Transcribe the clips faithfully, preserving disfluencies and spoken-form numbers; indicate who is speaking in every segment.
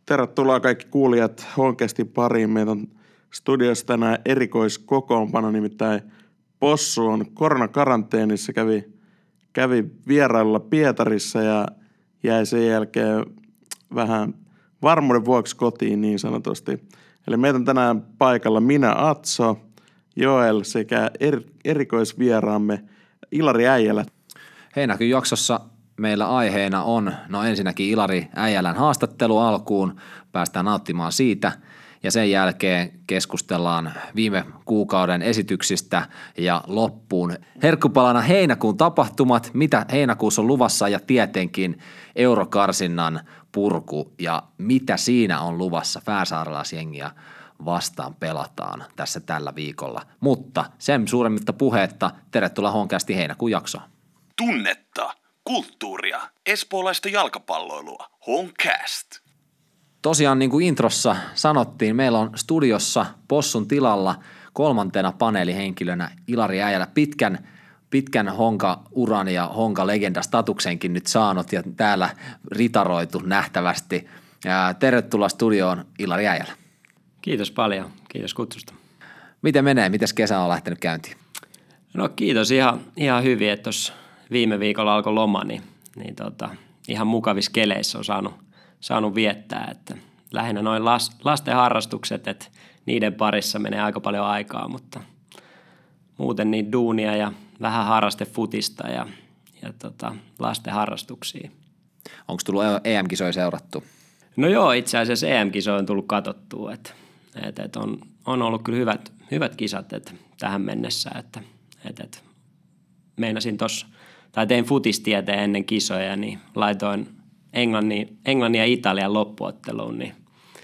Speaker 1: Tervetuloa kaikki kuulijat Honcastin pariin. Meitä on studiossa tänään erikoiskokoonpano, nimittäin Possu on koronakaranteenissa, kävi, kävi vierailla Pietarissa ja jäi sen jälkeen vähän varmuuden vuoksi kotiin niin sanotusti. Eli meitä on tänään paikalla minä, Atso, Joel sekä er, erikoisvieraamme Ilari Äijälä.
Speaker 2: Heinäkuun jaksossa meillä aiheena on, no ensinnäkin Ilari Äijälän haastattelu alkuun, päästään nauttimaan siitä ja sen jälkeen keskustellaan viime kuukauden esityksistä ja loppuun herkkupalana heinäkuun tapahtumat, mitä heinäkuussa on luvassa ja tietenkin eurokarsinnan purku ja mitä siinä on luvassa fääsaarelaisjengiä vastaan pelataan tässä tällä viikolla. Mutta sen suuremmitta puheetta, tervetuloa Honcastin heinäkuun jaksoon.
Speaker 3: Tunnetta, kulttuuria, espoolaista jalkapalloilua, Honcast.
Speaker 2: Tosiaan niin kuin introssa sanottiin, meillä on studiossa Possun tilalla kolmantena paneelihenkilönä Ilari Äijälä, pitkän, pitkän Honka-uran ja Honka-legenda-statuksenkin nyt saanut ja täällä ritaroitu nähtävästi. Ja tervetuloa studioon Ilari Äijälä.
Speaker 4: Kiitos paljon, kiitos kutsusta.
Speaker 2: Miten menee, mites kesä on lähtenyt käyntiin?
Speaker 4: No kiitos ihan, ihan hyvin, että tuossa viime viikolla alkoi loma, niin, niin tota, ihan mukavissa keleissä on saanut, saanut viettää, että lähinnä noin las, lasten harrastukset, että niiden parissa menee aika paljon aikaa, mutta muuten niin duunia ja vähän harrastefutista ja, ja tota, lasten harrastuksia.
Speaker 2: Onko tullut E M-kisoja seurattu?
Speaker 4: No joo, itse asiassa E M-kisoja on tullut katsottua, että, että, että on, on ollut kyllä hyvät, hyvät kisat että tähän mennessä, että, että, että meinasin tuossa, tai tein futistieteen ennen kisoja, niin laitoin Englannin, Englannin ja Italian loppuotteluun, niin,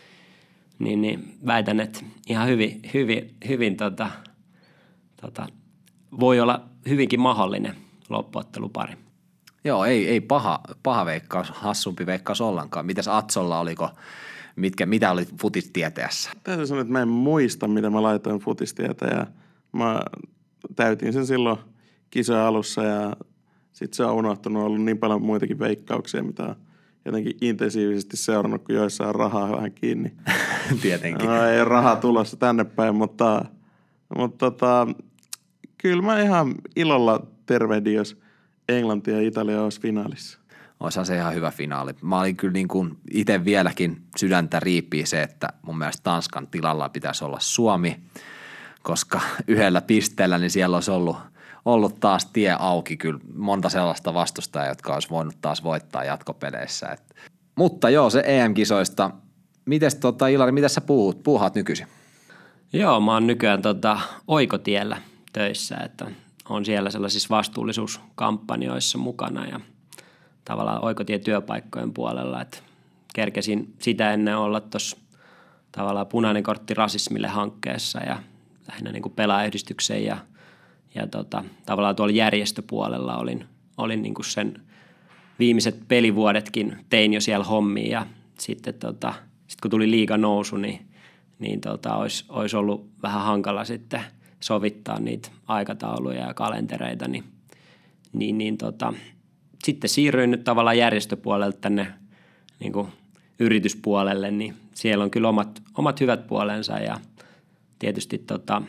Speaker 4: niin, niin väitän, että ihan hyvin, hyvin, hyvin tota, tota, voi olla hyvinkin mahdollinen loppuottelupari.
Speaker 2: Joo, ei, ei paha, paha veikkaus, hassumpi veikkaus ollenkaan. Mitäs Atsolla oliko, mitkä, mitä oli futistieteessä?
Speaker 1: Täytyy sanoa, että mä en muista, mitä mä laitoin futistietä ja mä täytin sen silloin kisojen alussa ja sitten se on unohtunut, on ollut niin paljon muitakin veikkauksia, mitä on jotenkin intensiivisesti seurannut, kun joissain on rahaa vähän kiinni.
Speaker 2: Tietenkin.
Speaker 1: No, ei ole rahaa tulossa tänne päin, mutta, mutta tota, kyllä mä ihan ilolla tervehdin, jos Englanti ja Italia olisi finaalissa.
Speaker 2: Olisihan se ihan hyvä finaali. Mä olin kyllä niin kuin itse vieläkin sydäntä riippii se, että mun mielestä Tanskan tilalla pitäisi olla Suomi, koska yhdellä pisteellä niin siellä olisi ollut, ollut taas tie auki kyllä monta sellaista vastustajaa, jotka olisi voinut taas voittaa jatkopeleissä. Et. Mutta joo, se E M-kisoista. Mites tota, Ilari, mitä sä puhut, puuhaat nykyisin? Joo,
Speaker 4: mä oon nykyään tota, oikotiellä töissä, että on siellä sellaisissa vastuullisuuskampanjoissa mukana ja tavallaan oikotietyöpaikkojen puolella, että kerkesin sitä ennen olla tuossa tavallaan punainen kortti rasismille hankkeessa ja lähinnä niin kuin pelaajayhdistyksen ja, ja tota, tavallaan tuolla järjestöpuolella olin, olin niin kuin sen viimeiset pelivuodetkin tein jo siellä hommia ja sitten tota, sit kun tuli liiga nousu, niin, niin tota, olisi, olisi ollut vähän hankala sitten sovittaa niitä aikatauluja ja kalentereita, niin, niin, niin tota, sitten siirryin nyt tavallaan järjestöpuolelta tänne niin kuin yrityspuolelle, niin siellä on kyllä omat, omat hyvät puolensa ja tietysti tota,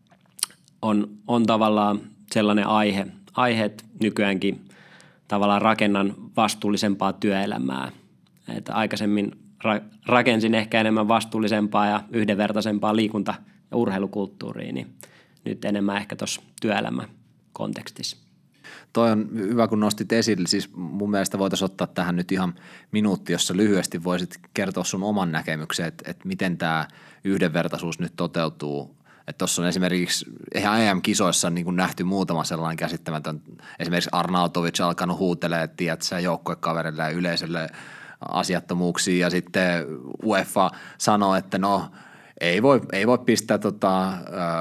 Speaker 4: on, on tavallaan sellainen aihe, aiheet nykyäänkin tavallaan rakennan vastuullisempaa työelämää, että aikaisemmin ra- rakensin ehkä enemmän vastuullisempaa ja yhdenvertaisempaa liikunta- ja urheilukulttuuria, niin nyt enemmän ehkä tuossa työelämän kontekstissa.
Speaker 2: Toi on hyvä, kun nostit esille. Siis mun mielestä voitaisiin ottaa tähän nyt ihan minuutti, jossa lyhyesti voisit kertoa sun oman näkemyksen, että, että miten tämä yhdenvertaisuus nyt toteutuu. Että tuossa on esimerkiksi ihan E M-kisoissa niin kuin nähty muutama sellainen käsittämätön, esimerkiksi Arnautovic alkanut huutelemaan, että tiedät sä joukkuekaverille ja yleisölle asiattomuuksia ja sitten UEFA sanoo, että no Ei voi, ei voi pistää tota,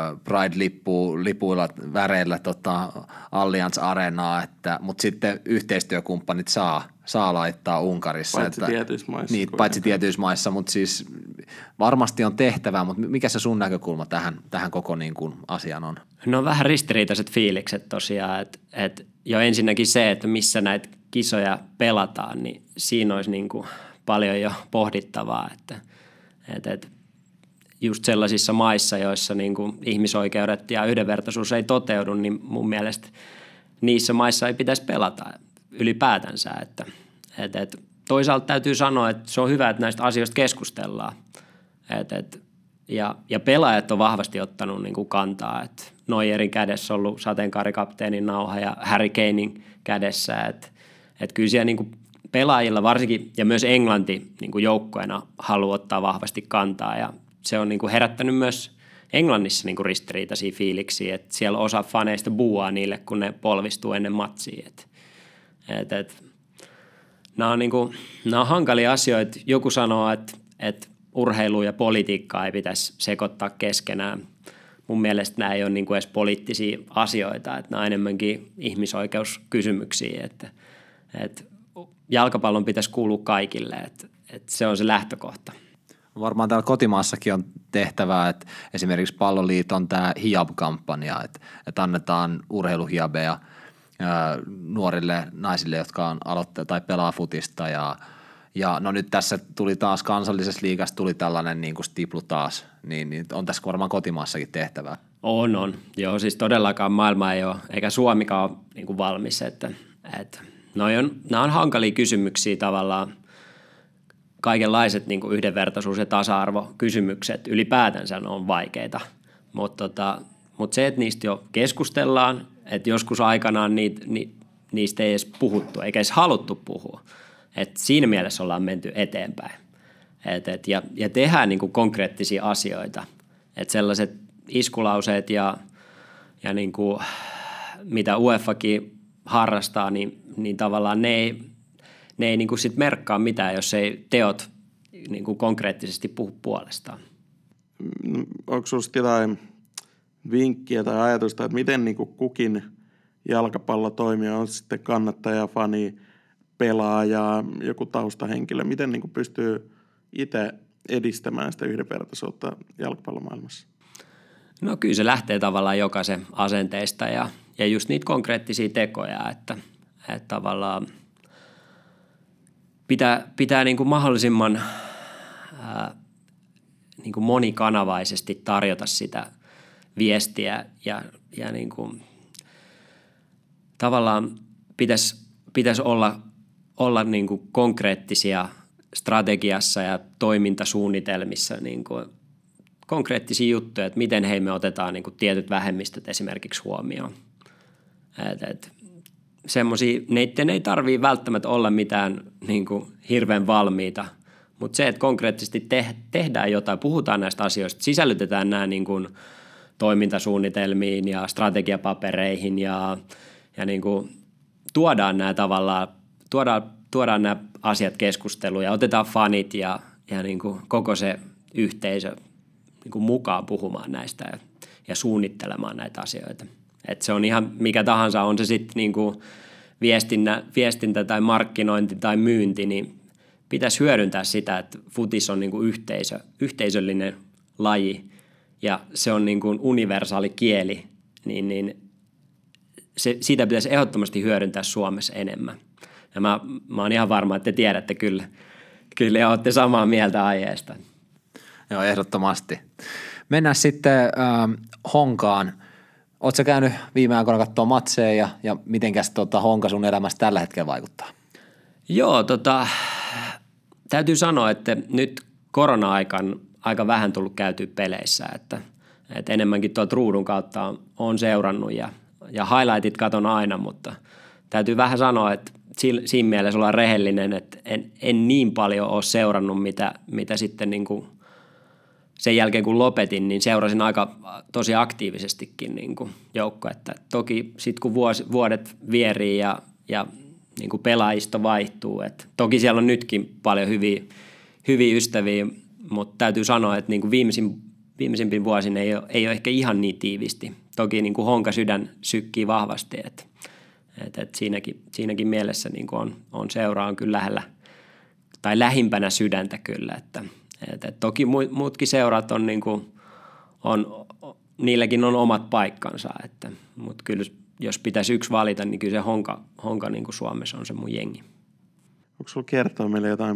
Speaker 2: Pride-lipuilla väreillä tota Allianz Arenaa, että, mutta sitten yhteistyökumppanit saa, saa laittaa Unkarissa.
Speaker 1: Paitsi
Speaker 2: että,
Speaker 1: tietyissä maissa.
Speaker 2: Niin, paitsi tietyissä maissa, mutta siis varmasti on tehtävää, mutta mikä se sun näkökulma tähän, tähän koko niin kuin asiaan on?
Speaker 4: No vähän ristiriitaiset fiilikset tosiaan, että, että jo ensinnäkin se, että missä näitä kisoja pelataan, niin siinä olisi niin kuin paljon jo pohdittavaa, että, että, että just sellaisissa maissa, joissa niin kuin ihmisoikeudet ja yhdenvertaisuus ei toteudu, niin mun mielestä niissä maissa ei pitäisi pelata ylipäätänsä. Että, että, että toisaalta täytyy sanoa, että se on hyvä, että näistä asioista keskustellaan. Että, että, ja, ja pelaajat on vahvasti ottanut niin kuin kantaa. Että Neuerin kädessä on ollut sateenkaarikapteenin nauha ja Harry Kanein kädessä. Että, että kyllä siellä niin kuin pelaajilla varsinkin ja myös Englanti niin kuin joukkueena haluaa ottaa vahvasti kantaa ja se on niin kuin herättänyt myös Englannissa niin kuin ristiriitaisia fiiliksiä, että siellä osa faneista buuaa niille, kun ne polvistuu ennen matsia. Et, et, et, nämä, on niin kuin, nämä on hankalia asioita. Joku sanoo, että, että urheilu ja politiikkaa ei pitäisi sekoittaa keskenään. Mun mielestä nämä ei ole niin kuin edes poliittisia asioita, että nämä on enemmänkin ihmisoikeuskysymyksiä. Että, että jalkapallon pitäisi kuulua kaikille, että, että se on se lähtökohta.
Speaker 2: Varmaan täällä kotimaassakin on tehtävää, että esimerkiksi Palloliiton tämä H I A B-kampanja, että, että annetaan urheiluhiabeja nuorille naisille, jotka on aloittaa tai pelaa futista ja, ja no nyt tässä tuli taas kansallisessa liigassa tuli tällainen niin kuin stiplu taas, niin, niin on tässä varmaan kotimaassakin tehtävää.
Speaker 4: On, on. Joo, siis todellakaan maailma ei ole, eikä Suomikaan ole niin kuin valmis, että, että noi on, nämä on hankalia kysymyksiä tavallaan. Kaikenlaiset niin kuin yhdenvertaisuus- ja tasa-arvokysymykset ylipäätänsä on vaikeita, mutta tota, mut se, että niistä jo keskustellaan, että joskus aikanaan niitä, ni, niistä ei edes puhuttu eikä edes haluttu puhua, että siinä mielessä ollaan menty eteenpäin et, et, ja, ja tehdään niin kuin konkreettisia asioita, että sellaiset iskulauseet ja, ja niin kuin, mitä UEFAkin harrastaa, niin, niin tavallaan ne ei Ne ei niin kuin sit merkkaa mitään, jos ei teot niin kuin konkreettisesti puhu puolestaan.
Speaker 1: Onko sinulla jotain vinkkiä tai ajatusta, että miten niin kuin kukin jalkapallotoimija on sitten kannattaja, fani, pelaaja, joku taustahenkilö, miten niin kuin pystyy itse edistämään sitä yhdenvertaisuutta jalkapallomaailmassa?
Speaker 4: No kyllä se lähtee tavallaan jokaisen asenteista ja, ja just niitä konkreettisia tekoja, että, että tavallaan Pitää, pitää niin kuin mahdollisimman ää, niin kuin monikanavaisesti tarjota sitä viestiä ja, ja niin kuin, tavallaan pitäisi, pitäisi olla, olla niin kuin konkreettisia strategiassa ja toimintasuunnitelmissa niin kuin konkreettisia juttuja, että miten hei me otetaan niin kuin tietyt vähemmistöt esimerkiksi huomioon. Et, et, semmoisia, neitten ei tarvitse välttämättä olla mitään niin kuin hirveän valmiita, mutta se, että konkreettisesti te- tehdään jotain, puhutaan näistä asioista, sisällytetään nämä niin kuin toimintasuunnitelmiin ja strategiapapereihin ja, ja niin kuin tuodaan nämä tavallaan, tuodaan, tuodaan nämä asiat keskusteluun ja otetaan fanit ja, ja niin kuin koko se yhteisö niin kuin mukaan puhumaan näistä ja, ja suunnittelemaan näitä asioita. Että se on ihan mikä tahansa, on se sitten niinku viestintä, viestintä tai markkinointi tai myynti, niin pitäisi hyödyntää sitä, että futis on niinku yhteisö, yhteisöllinen laji ja se on niinku universaali kieli, niin, niin se, siitä pitäisi ehdottomasti hyödyntää Suomessa enemmän. Ja mä, mä oon ihan varma, että te tiedätte kyllä, kyllä ja olette samaa mieltä aiheesta.
Speaker 2: Joo, ehdottomasti. Mennään sitten äh, Honkaan. Oletko sä käynyt viime aikoina katsoa matseja ja, ja mitenkäs tota Honka sun elämässä tällä hetkellä vaikuttaa?
Speaker 4: Joo, tota, täytyy sanoa, että nyt korona-aikaan aika vähän tullut käytyä peleissä, että, että enemmänkin tuolta ruudun kautta on, on seurannut ja, ja highlightit katon aina, mutta täytyy vähän sanoa, että siinä mielessä ollaan rehellinen, että en, en niin paljon ole seurannut, mitä, mitä sitten niin kuin sen jälkeen kun lopetin, niin seurasin aika tosi aktiivisestikin niin kuin joukkuetta. Toki sitten kun vuosi, vuodet vierii ja, ja niin kuin pelaajisto vaihtuu, että toki siellä on nytkin paljon hyviä, hyviä ystäviä, mutta täytyy sanoa, että niin kuin viimeisin, viimeisimpiin vuosin ei ole, ei ole ehkä ihan niin tiivisti. Toki niin kuin Honka sydän sykkii vahvasti, että, että, että siinäkin, siinäkin mielessä niin kuin on, on seuraa on kyllä lähellä tai lähimpänä sydäntä kyllä, että Et, et toki muutkin seurat on, niin kuin, on, niilläkin on omat paikkansa, että, mutta kyllä jos pitäisi yksi valita, niin kyllä se Honka, Honka niin kuin Suomessa on se mun jengi.
Speaker 1: Onko sulla kertoa meille jotain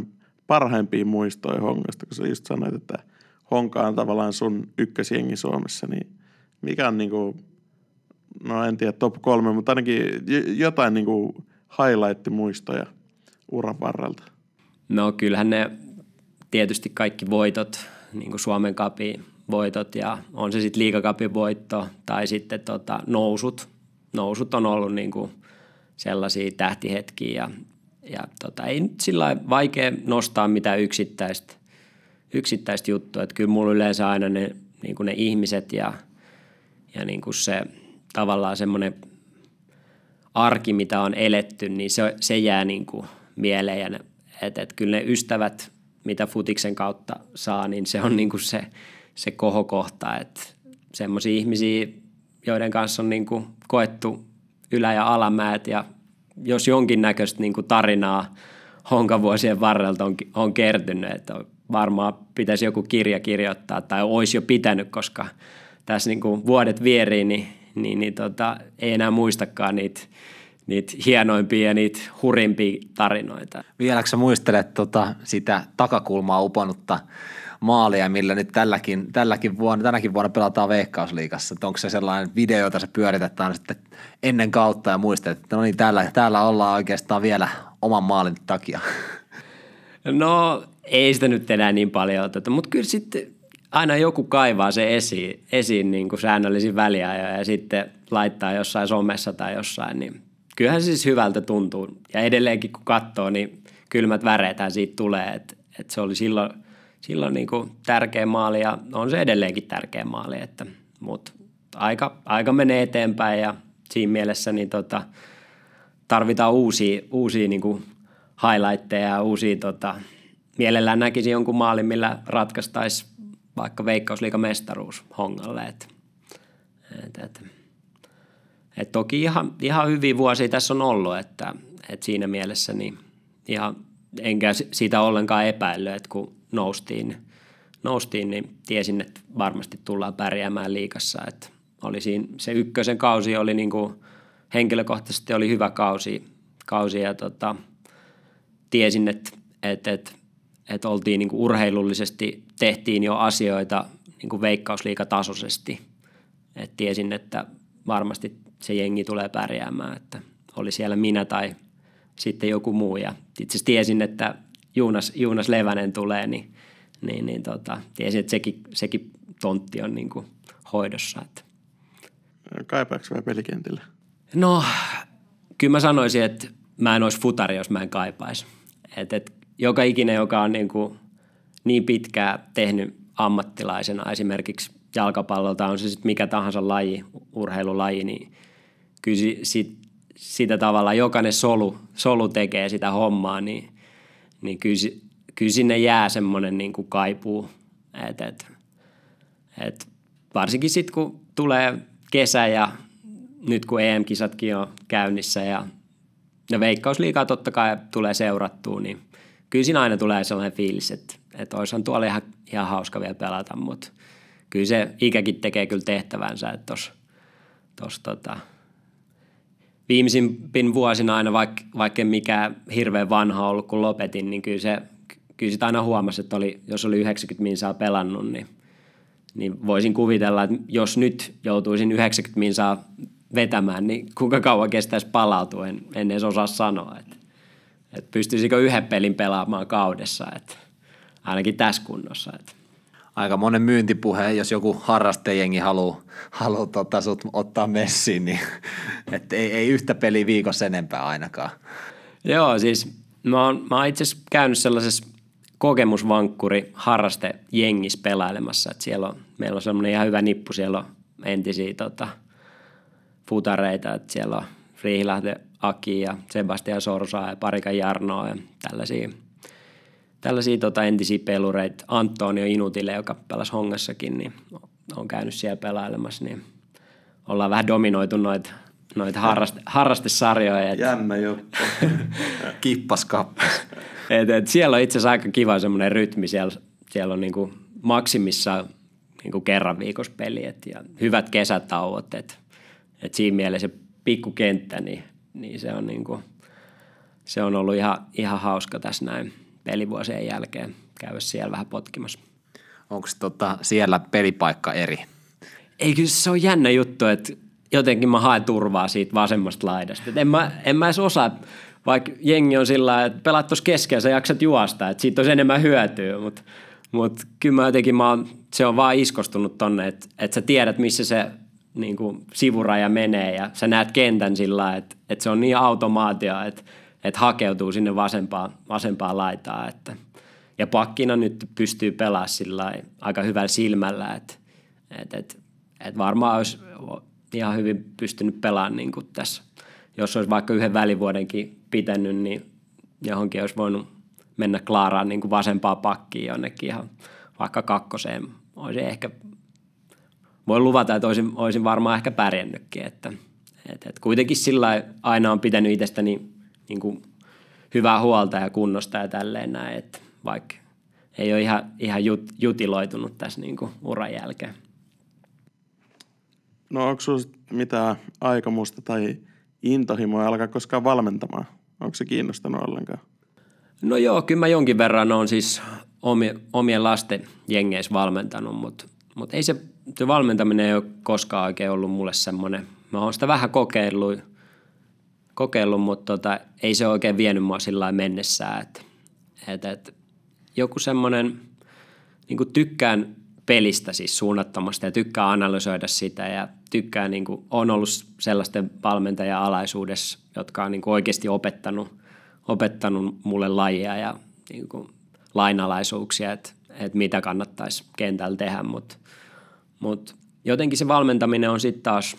Speaker 1: parhaimpia muistoja Honkasta, kun sä just sanoit, että Honka on tavallaan sun ykkösjengi Suomessa, niin mikä on niinku, no en tiedä top kolme, mutta ainakin jotain niinku highlight-muistoja uran varrelta?
Speaker 4: No kyllähän ne tietysti kaikki voitot, niin kuin Suomen Cupin voitot ja on se sitten Liigacupin voitto tai sitten tota, nousut. Nousut on ollut niin kuin sellaisia tähtihetkiä ja, ja tota, ei nyt sillä vaikea nostaa mitään yksittäistä, yksittäistä juttua. Että kyllä mulla yleensä aina ne, niin kuin ne ihmiset ja, ja niin kuin se tavallaan semmoinen arki, mitä on eletty, niin se, se jää niin kuin mieleen. Että et kyllä ne ystävät, mitä futiksen kautta saa, niin se on niin kuin se, se kohokohta. Että semmoisia ihmisiä, joiden kanssa on niin kuin koettu ylä- ja alamäet ja jos jonkinnäköistä niin kuin tarinaa honkavuosien varrelta on, on kertynyt, että varmaan pitäisi joku kirja kirjoittaa tai olisi jo pitänyt, koska tässä niin kuin vuodet vierii, niin, niin, niin tota, ei enää muistakaan niitä, niitä hienoimpia ja niitä hurimpia tarinoita.
Speaker 2: Vieläkö sä muistelet tota, sitä takakulmaa uponnutta maalia, millä nyt tälläkin, tälläkin vuonna, tänäkin vuonna pelataan Veikkausliigassa? Onko se sellainen video, jota sä pyörität aina sitten ennen kautta ja muistelet, että no niin, täällä, täällä ollaan oikeastaan vielä oman maalin takia?
Speaker 4: No ei sitä nyt enää niin paljon oteta, mutta kyllä sitten aina joku kaivaa se esiin, esiin niin kuin säännöllisin väliajoin ja sitten laittaa jossain somessa tai jossain, niin kyllähän se siis hyvältä tuntuu. Ja edelleenkin kun katsoo, niin kylmät väreethän siitä tulee, että, että se oli silloin, silloin niin kuin tärkeä maali ja on se edelleenkin tärkeä maali, että, mutta aika, aika menee eteenpäin ja siinä mielessä niin tota, tarvitaan uusia, uusia niin kuin highlightteja ja uusia, tota, mielellään näkisi jonkun maalin, millä ratkaistaisi vaikka Veikkausliigan mestaruus Hongalle. Et, et, et. Et toki ihan, ihan hyviä vuosia tässä on ollut, että et siinä mielessä niin ihan, enkä sitä ollenkaan epäillyt, että kun noustiin, noustiin, niin tiesin, että varmasti tullaan pärjäämään liigassa. Et oli siinä, se ykkösen kausi oli niin kuin, henkilökohtaisesti oli hyvä kausi, kausi ja tota, tiesin, että et, et, et oltiin niin kuin urheilullisesti, tehtiin jo asioita niin kuin Veikkausliigatasoisesti. Et tiesin, että varmasti se jengi tulee pärjäämään, että oli siellä minä tai sitten joku muu. Ja itse asiassa tiesin, että Juunas, Juunas Levänen tulee, niin, niin, niin tota, tiesin, että sekin, sekin tontti on niin kuin hoidossa. Että.
Speaker 1: Kaipaako vai pelikentillä?
Speaker 4: No, kyllä mä sanoisin, että mä en olisi futari, jos mä en kaipaisi. Et, et, joka ikinen, joka on niin, kuin niin pitkään tehnyt ammattilaisena esimerkiksi jalkapallolta, on se sitten mikä tahansa laji, urheilulaji, niin kyllä sit, sitä tavalla jokainen solu, solu tekee sitä hommaa, niin, niin kyllä, kyllä sinne jää semmoinen niin kuin kaipuu. Et, et, et varsinkin sitten, kun tulee kesä ja nyt kun E M-kisatkin on käynnissä ja, ja Veikkausliigaa totta kai tulee seurattua, niin kyllä siinä aina tulee sellainen fiilis, että, että olisihan tuolla ihan, ihan hauska vielä pelata, mutta kyllä se ikäkin tekee kyllä tehtävänsä, että tuossa tos, tota, viimeisimpin vuosina aina, vaikka, vaikka en mikään hirveän vanha ollut, kun lopetin, niin kyllä, se, kyllä sitä aina huomasi, että oli, jos oli yhdeksänkymmentä minsaa pelannut, niin, niin voisin kuvitella, että jos nyt joutuisin yhdeksänkymmentä minsaa vetämään, niin kuinka kauan kestäisi palautua, en, en edes osaa sanoa, että, että pystyisikö yhden pelin pelaamaan kaudessa, että ainakin tässä kunnossa, että.
Speaker 2: Aika monen myyntipuhe, jos joku harrastejengi haluaa haluu tota sut ottaa messiin, niin että ei, ei yhtä peliä viikossa enempää ainakaan.
Speaker 4: Joo, siis mä oon, mä oon itse asiassa käynyt sellaisessa kokemusvankkuri harrastejengissä pelailemassa, että siellä on, meillä on semmoinen ihan hyvä nippu, siellä on entisiä tota, futareita, että siellä on Riihilahden Aki ja Sebastian Sorsaa ja Parika Jarnoa ja tällaisia Tällaisia tota, entisiä pelureita, Antonio Inutille, joka pelasi Hongassakin, niin on käynyt siellä pelailemassa, niin ollaan vähän dominoitu noita noit harraste, harrastesarjoja. Et,
Speaker 1: Jännä juttu.
Speaker 2: Kippas kappas.
Speaker 4: Et, et siellä on itse asiassa aika kiva semmoinen rytmi, siellä, siellä on niinku maksimissaan niinku kerran viikossa peli, et, ja hyvät kesätauot, että et siinä mielessä se pikkukenttä, niin, niin se, on niinku, se on ollut ihan, ihan hauska tässä näin. pelivuosien jälkeen käydä siellä vähän potkimassa.
Speaker 2: Onko tota siellä pelipaikka eri?
Speaker 4: Ei, kyllä se on jännä juttu, että jotenkin mä haen turvaa siitä vasemmasta laidasta. Et en, mä, en mä edes osaa, vaikka jengi on sillä lailla, että pelaat tuossa keskellä, sä jaksat juosta, että siitä olisi enemmän hyötyä, mutta mut kyllä mä jotenkin, mä oon, se on vaan iskostunut tonne, että et sä tiedät, missä se niin kuin sivuraja menee ja sä näet kentän sillä lailla, että et se on niin automaatio, että et hakeutuu sinne vasempaan, vasempaan laitaan. Että, ja pakkina nyt pystyy pelaamaan sillä lailla aika hyvällä silmällä, että et, et, et varmaan olisi ihan hyvin pystynyt pelaamaan niin kuin tässä. Jos olisi vaikka yhden välivuodenkin pitänyt, niin johonkin olisi voinut mennä klaaraan niin kuin vasempaa pakkiin jonnekin ihan vaikka kakkoseen. Olisi ehkä, voin luvata, että olisin, olisin varmaan ehkä pärjännytkin. Että, että, että kuitenkin sillä aina on pitänyt itsestäni niin kuin hyvää huolta ja kunnosta ja tälleen näin, että vaikka ei ole ihan, ihan jut, jutiloitunut tässä niin kuin uran jälkeen.
Speaker 1: No onko sinulla mitään aikomusta tai intohimoa alkaa koskaan valmentamaan? Onko se kiinnostanut ollenkaan?
Speaker 4: No joo, kyllä mä jonkin verran olen siis omien, omien lasten jengeissä valmentanut, mutta, mutta ei se, se valmentaminen ei ole koskaan oikein ollut mulle semmoinen. Mä oon sitä vähän kokeillut, kokeillut mutta tota, ei se oikein vienyt mua sillä lailla mennessään. Että, että, että joku semmoinen, niin kuin tykkään pelistä siis suunnattomasti ja tykkää analysoida sitä ja tykkää, niin kuin, on ollut sellaisten valmentajan alaisuudessa, jotka on niin kuin oikeasti opettanut, opettanut mulle lajia ja niin kuin, lainalaisuuksia, että, että mitä kannattaisi kentällä tehdä, mutta mut jotenkin se valmentaminen on sitten taas,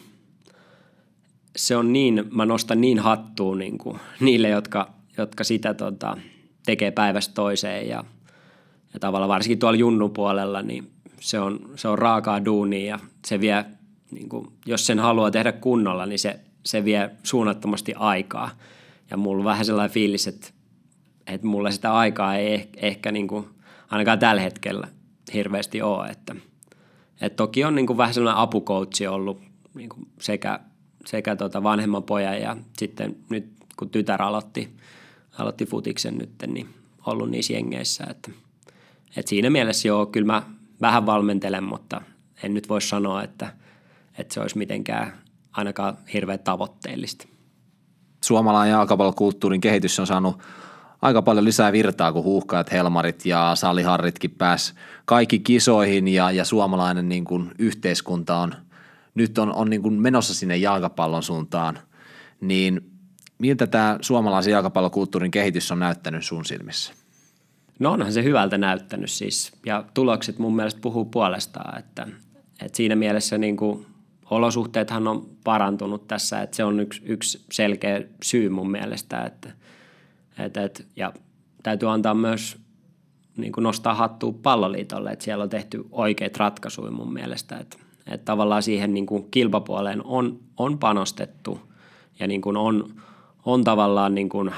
Speaker 4: se on niin, mä nostan niin hattuun niin kuin, niille, jotka, jotka sitä tota, tekee päivästä toiseen ja, ja tavallaan varsinkin tuolla junnupuolella, niin se on, se on raakaa duunia ja se vie, niin kuin, jos sen haluaa tehdä kunnolla, niin se, se vie suunnattomasti aikaa. Ja mulla on vähän sellainen fiilis, että, että mulla sitä aikaa ei ehkä, ehkä niin kuin, ainakaan tällä hetkellä hirveästi ole. Että, että toki on niin kuin vähän sellainen apukoutsi ollut niin kuin sekä, sekä tota vanhemman pojan ja sitten nyt kun tytär aloitti, aloitti futiksen nyt, niin ollut niissä jengeissä. Että, että siinä mielessä joo, kyllä mä vähän valmentelen, mutta en nyt voi sanoa, että, että se olisi mitenkään ainakaan hirveän tavoitteellista.
Speaker 2: Suomalainen jalkapallokulttuurin kehitys on saanut aika paljon lisää virtaa, kun Huuhkajat, Helmarit ja Saliharritkin pääsi kaikki kisoihin ja, ja suomalainen niin kuin yhteiskunta on nyt on, on niin kuin menossa sinne jalkapallon suuntaan. Niin miltä tämä suomalaisen jalkapallokulttuurin kehitys on näyttänyt sun silmissä?
Speaker 4: No onhan se hyvältä näyttänyt siis, ja tulokset mun mielestä puhuu puolestaan, että, että siinä mielessä niin kuin olosuhteethan on parantunut tässä, että se on yksi, yksi selkeä syy mun mielestä, että, että, että, ja täytyy antaa myös niin kuin nostaa hattua Palloliitolle, että siellä on tehty oikeita ratkaisuja mun mielestä, että, että tavallaan siihen niin kuin kilpapuoleen on, on panostettu ja niin kuin on, on tavallaan niin kuin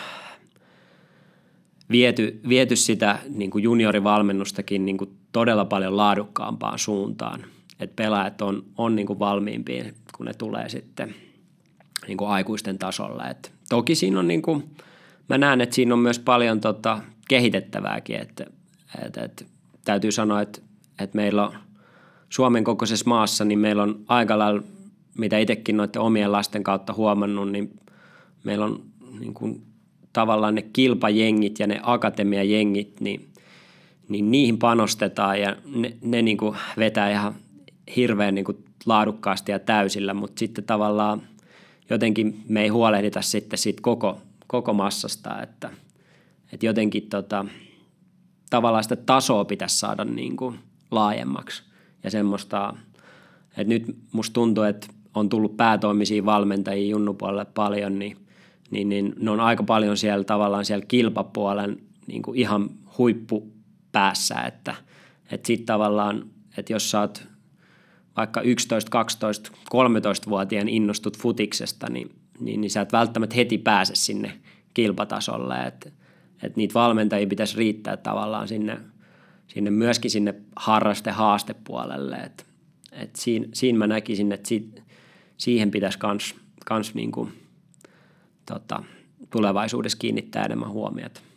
Speaker 4: Viety, viety sitä niin kuin juniorivalmennustakin niin kuin todella paljon laadukkaampaan suuntaan. Että pelaajat on, on niin kuin valmiimpia, kun ne tulee sitten niin kuin aikuisten tasolla. Et toki siinä on, niin kuin, mä näen, että siinä on myös paljon tota, kehitettävääkin. Että, et, et, täytyy sanoa, että, että meillä on Suomen kokoisessa maassa, niin meillä on aika lailla, mitä itsekin noiden omien lasten kautta huomannut, niin meillä on niin kuin tavallaan ne kilpajengit ja ne akatemiajengit, niin, niin niihin panostetaan ja ne, ne niin kuin vetää ihan hirveän niin kuin laadukkaasti ja täysillä, mutta sitten tavallaan jotenkin me ei huolehdita sitten siitä koko, koko massasta, että, että jotenkin tota, tavallaan sitä tasoa pitäisi saada niin kuin laajemmaksi ja semmoista, että nyt musta tuntuu, että on tullut päätoimisia valmentajia junnupuolelle paljon, niin Niin, niin ne on aika paljon siellä tavallaan siellä kilpapuolen niin kuin ihan huippupäässä, että, että sitten tavallaan, että jos sä oot vaikka yksitoista, kaksitoista, kolmetoista-vuotiaan innostut futiksesta, niin, niin, niin sä et välttämättä heti pääse sinne kilpatasolle, että, että niitä valmentajia pitäisi riittää tavallaan sinne, sinne myöskin sinne harraste-haastepuolelle, että, että siinä, siinä mä näkisin, että si, siihen pitäisi kans, kans niin kuin Tota, tulevaisuudessa kiinnittää enemmän huomiota.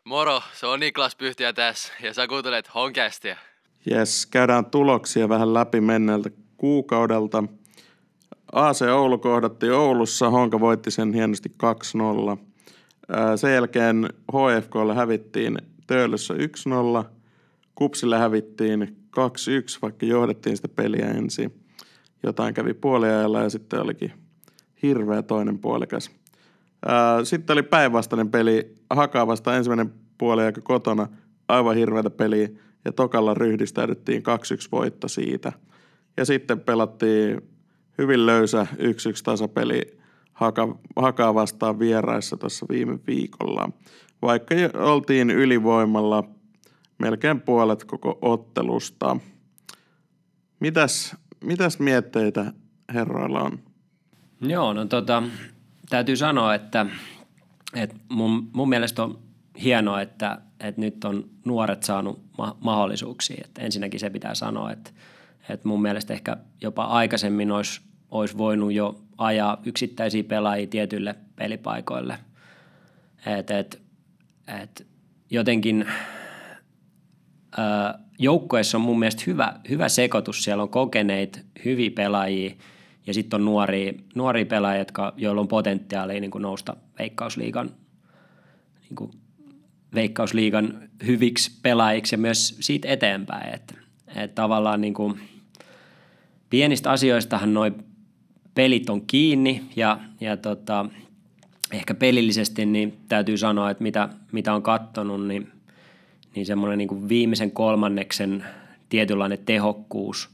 Speaker 5: Moro, se on Niklas Pyhtiä tässä ja sä kuuntelet Honcastia.
Speaker 1: Jes, käydään tuloksia vähän läpi menneeltä kuukaudelta. A C Oulu kohdatti Oulussa, Honka voitti sen hienosti kaksi nolla. Sen jälkeen H F K:lle hävittiin Töölössä yksi nolla. Kupsille hävittiin kaksi yksi, vaikka johdettiin sitä peliä ensin. Jotain kävi puoliajalla ja sitten olikin hirveä toinen puolikas. Sitten oli päinvastainen peli Hakaa vastaan ensimmäinen puoliaika kotona. Aivan hirveätä peliä ja tokalla ryhdistäydyttiin kaksi yksi voitto siitä. Ja sitten pelattiin hyvin löysä yksi yksi tasapeli Haka, Hakaa vastaan vieraissa tuossa viime viikolla. Vaikka oltiin ylivoimalla melkein puolet koko ottelusta. Mitäs, mitäs mietteitä herroilla on?
Speaker 4: Joo, no tota, täytyy sanoa, että, että mun, mun mielestä on hienoa, että, että nyt on nuoret saanut ma- mahdollisuuksia. Että ensinnäkin se pitää sanoa, että, että mun mielestä ehkä jopa aikaisemmin olisi, olisi voinut jo ajaa yksittäisiä pelaajia tietyille pelipaikoille. Että et, et jotenkin ää, joukkueessa on mun mielestä hyvä, hyvä sekoitus. Siellä on kokeneita, hyviä pelaajia ja sitten on nuoria, nuoria pelaajia, jotka, joilla on potentiaalia niin kuin nousta Veikkausliigan, niin kuin Veikkausliigan hyviksi pelaajiksi ja myös siitä eteenpäin. Että et tavallaan niin kuin pienistä asioistahan noi pelit on kiinni ja, ja tota, ehkä pelillisesti niin täytyy sanoa, että mitä, mitä on katsonut, niin, niin semmoinen niin kuin viimeisen kolmanneksen tietynlainen tehokkuus,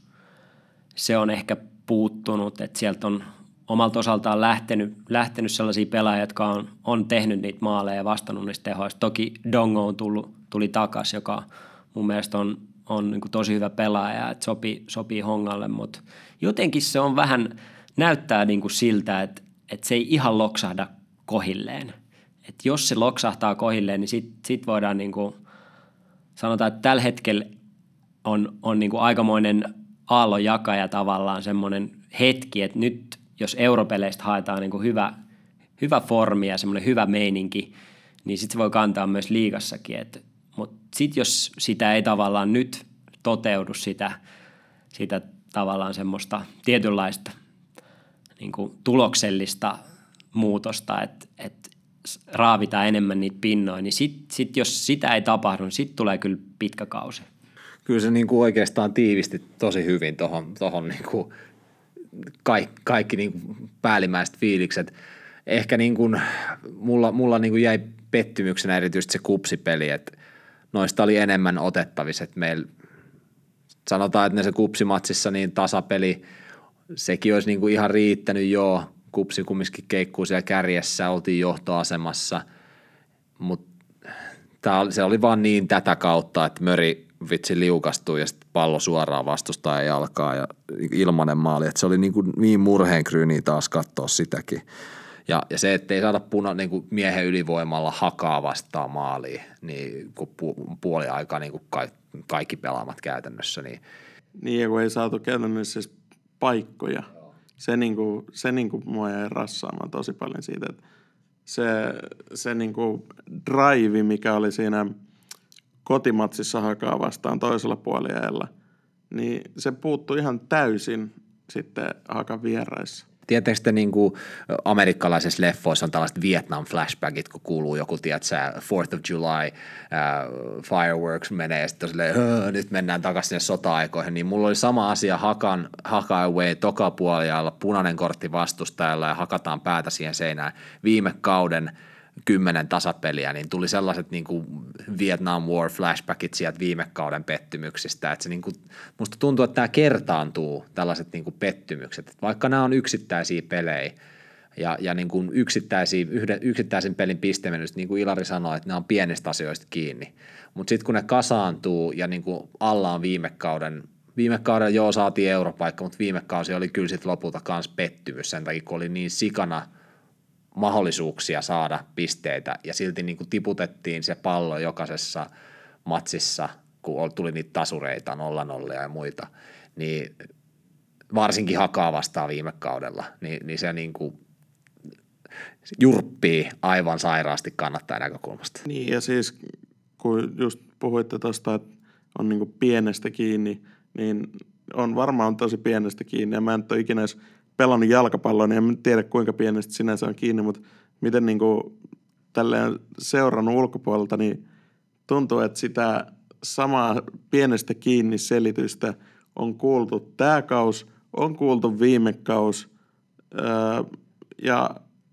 Speaker 4: se on ehkä puuttunut, että sieltä on omalta osaltaan lähtenyt, lähtenyt sellaisia pelaajia, jotka on, on tehnyt niitä maaleja ja vastannut niistä tehoista. Toki Dongo on tullut, tuli takaisin, joka mun mielestä on, on niin kuin tosi hyvä pelaaja, että sopii, sopii Hongalle, mutta jotenkin se on vähän, näyttää niin kuin siltä, että, että se ei ihan loksahda kohilleen. Että jos se loksahtaa kohilleen, niin sitten sit voidaan niin kuin, sanotaan, että tällä hetkellä on, on niin kuin aikamoinen aallonjakaja tavallaan semmoinen hetki, että nyt jos europeleistä haetaan niin kuin hyvä, hyvä formi ja semmoinen hyvä meininki, niin sitten se voi kantaa myös liigassakin. Mutta sitten jos sitä ei tavallaan nyt toteudu sitä, sitä tavallaan semmoista tietynlaista niin kuin tuloksellista muutosta, että et raavitaan enemmän niitä pinnoja, niin sitten sit jos sitä ei tapahdu, niin sitten tulee kyllä pitkä kausi.
Speaker 2: Kyllä se niin kuin oikeastaan tiivisti tosi hyvin tuohon tohon niin kuin kaikki, kaikki niin kuin päällimmäiset fiilikset. Ehkä niin kuin mulla, mulla niin kuin jäi pettymyksenä erityisesti se kupsipeli, että noista oli enemmän otettavissa. Että meillä sanotaan, että ne se kupsimatsissa niin tasapeli, sekin olisi niin kuin ihan riittänyt joo. Kupsi kumminkin keikkuu siellä kärjessä, oltiin johtoasemassa, mutta se oli vaan niin tätä kautta, että Möri vitsi liukastui ja sitten pallo suoraan vastustajan jalkaa ja ilmanen maali. Et se oli niin, kuin niin murheenkryyniä taas katsoa sitäkin. Ja, ja se, ettei saada puna, niin kuin miehen ylivoimalla Hakaa vastaan maaliin, niin kun pu, puoli aikaa niin kuin kaikki, kaikki pelaamat käytännössä. Niin,
Speaker 1: niin ja kun ei saatu käytännössä siis paikkoja. Se, niin kuin, se niin kuin mua jäi rassaamaan tosi paljon siitä, että se, se niin kuin drive, mikä oli siinä kotimatsissa Hakaa vastaan toisella puoliajalla, niin se puuttui ihan täysin sitten Hakan vieraissa.
Speaker 2: Tietysti te niin kuin amerikkalaisissa leffoissa on tällaiset Vietnam-flashbackit, kun kuuluu joku, tiedätkö, fourth of July, uh, fireworks menee ja sitten silleen, nyt mennään takaisin sinne sota-aikoihin, niin mulla oli sama asia Hakan, Haka away tokapuoliajalla, punainen kortti vastustajalla ja hakataan päätä siihen seinään. Viime kauden kymmenen tasapeliä, niin tuli sellaiset niin kuin Vietnam War flashbackit sieltä viime kauden pettymyksistä, että se niin kuin, musta tuntuu, että tämä kertaantuu tällaiset niin kuin pettymykset, että vaikka nämä on yksittäisiä pelejä ja, ja niin kuin yksittäisiä, yhden, yksittäisen pelin pistemennyt, niin kuin Ilari sanoi, että nämä on pienistä asioista kiinni, mutta sitten kun ne kasaantuu ja niin kuin alla on viime kauden, viime kauden joo saatiin europaikka, mutta viime kausi oli kyllä sitten lopulta kans pettymys sen takia, kun oli niin sikana mahdollisuuksia saada pisteitä ja silti niin kuin tiputettiin se pallo jokaisessa matsissa, kun tuli niitä tasureita, nolla nolla ja muita, niin varsinkin Hakaa vastaan viime kaudella, niin, niin se niin kuin jurppii aivan sairaasti kannattajan näkökulmasta.
Speaker 1: Niin ja siis kun just puhuitte tuosta, että on niinku pienestä kiinni, niin on varmaan tosi pienestä kiinni. Ja mä en ole ikinä edes pelannut jalkapalloa, niin en tiedä kuinka pienestä sinänsä on kiinni, mutta miten niinku tälleen seurannut ulkopuolelta, niin tuntuu, että sitä samaa pienestä kiinni selitystä on kuultu tämä kaus, on kuultu viime kaus, öö, ja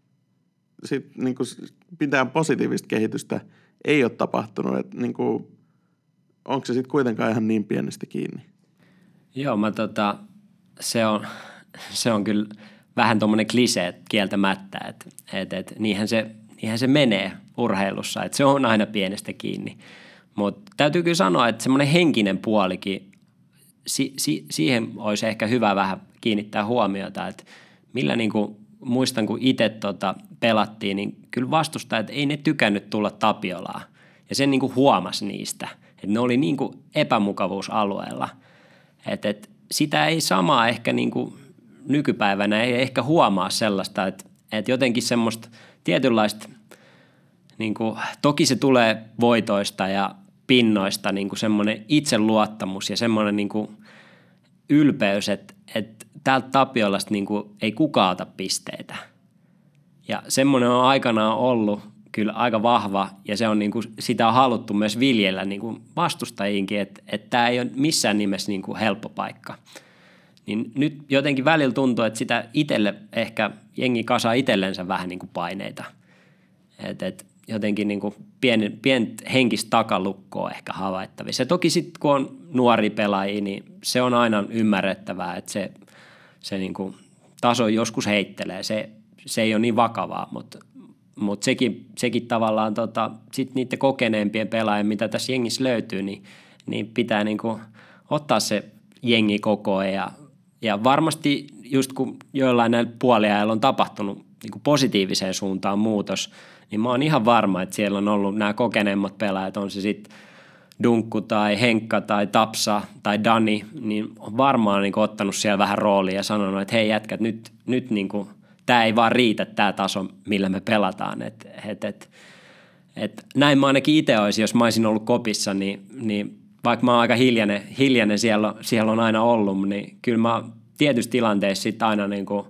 Speaker 1: sitten niinku mitään positiivista kehitystä ei ole tapahtunut, että niinku, onko se sitten kuitenkaan ihan niin pienestä kiinni?
Speaker 4: Joo, mä tota, se on, se on kyllä vähän tuommoinen klisee kieltämättä, että et, et, niinhän, se, niinhän se menee urheilussa, että se on aina pienestä kiinni. Mutta täytyy kyllä sanoa, että semmoinen henkinen puolikin, si, si, siihen olisi ehkä hyvä vähän kiinnittää huomiota, että millä niinku, muistan kun itse tota pelattiin, niin kyllä vastustajat ei ne tykännyt tulla Tapiolaan. Ja sen niinku huomasi niistä, että ne oli niinku epämukavuusalueella. Että et, sitä ei samaa ehkä niinku nykypäivänä ei ehkä huomaa sellaista, että et jotenkin semmoista tietynlaista, niinku, toki se tulee voitoista ja pinnoista niinku semmoinen itseluottamus ja semmoinen niinku ylpeys, että et täältä Tapiolasta niinku ei kukaan ota pisteitä. Ja semmoinen on aikanaan ollut kyllä aika vahva ja se on niinku, sitä on haluttu myös viljellä niinku vastustajiinkin, että et tämä ei ole missään nimessä niinku helppo paikka. Niin nyt jotenkin välillä tuntuu, että sitä itselle ehkä jengi kasaa itsellensä vähän niinku paineita. Että et jotenkin niinku pien, pientä henkistä takalukkoa ehkä havaittavissa. Ja toki sitten kun on nuori pelaajia, niin se on aina ymmärrettävää, että se, se niinku taso joskus heittelee. Se, se ei ole niin vakavaa, mutta Mutta sekin, sekin tavallaan tota, sit niiden kokeneempien pelaajien, mitä tässä jengissä löytyy, niin, niin pitää niinku ottaa se jengi kokoon. Ja, ja varmasti just kun joillain näillä puoliajalla on tapahtunut niinku positiiviseen suuntaan muutos, niin mä oon ihan varma, että siellä on ollut nämä kokeneemmat pelaajat, on se sitten Dunkku tai Henkka tai Tapsa tai Dani, niin on varmaan niinku ottanut siellä vähän roolia ja sanonut, että hei jätkät, nyt, nyt niinku tämä ei vaan riitä, tämä taso, millä me pelataan. Et, et, et, et näin mä ainakin itse olisin, jos mä olisin ollut kopissa, niin, niin vaikka mä oon aika hiljainen, hiljainen siellä, siellä on aina ollut, niin kyllä mä tietyissä tilanteissa sitten aina niin kuin,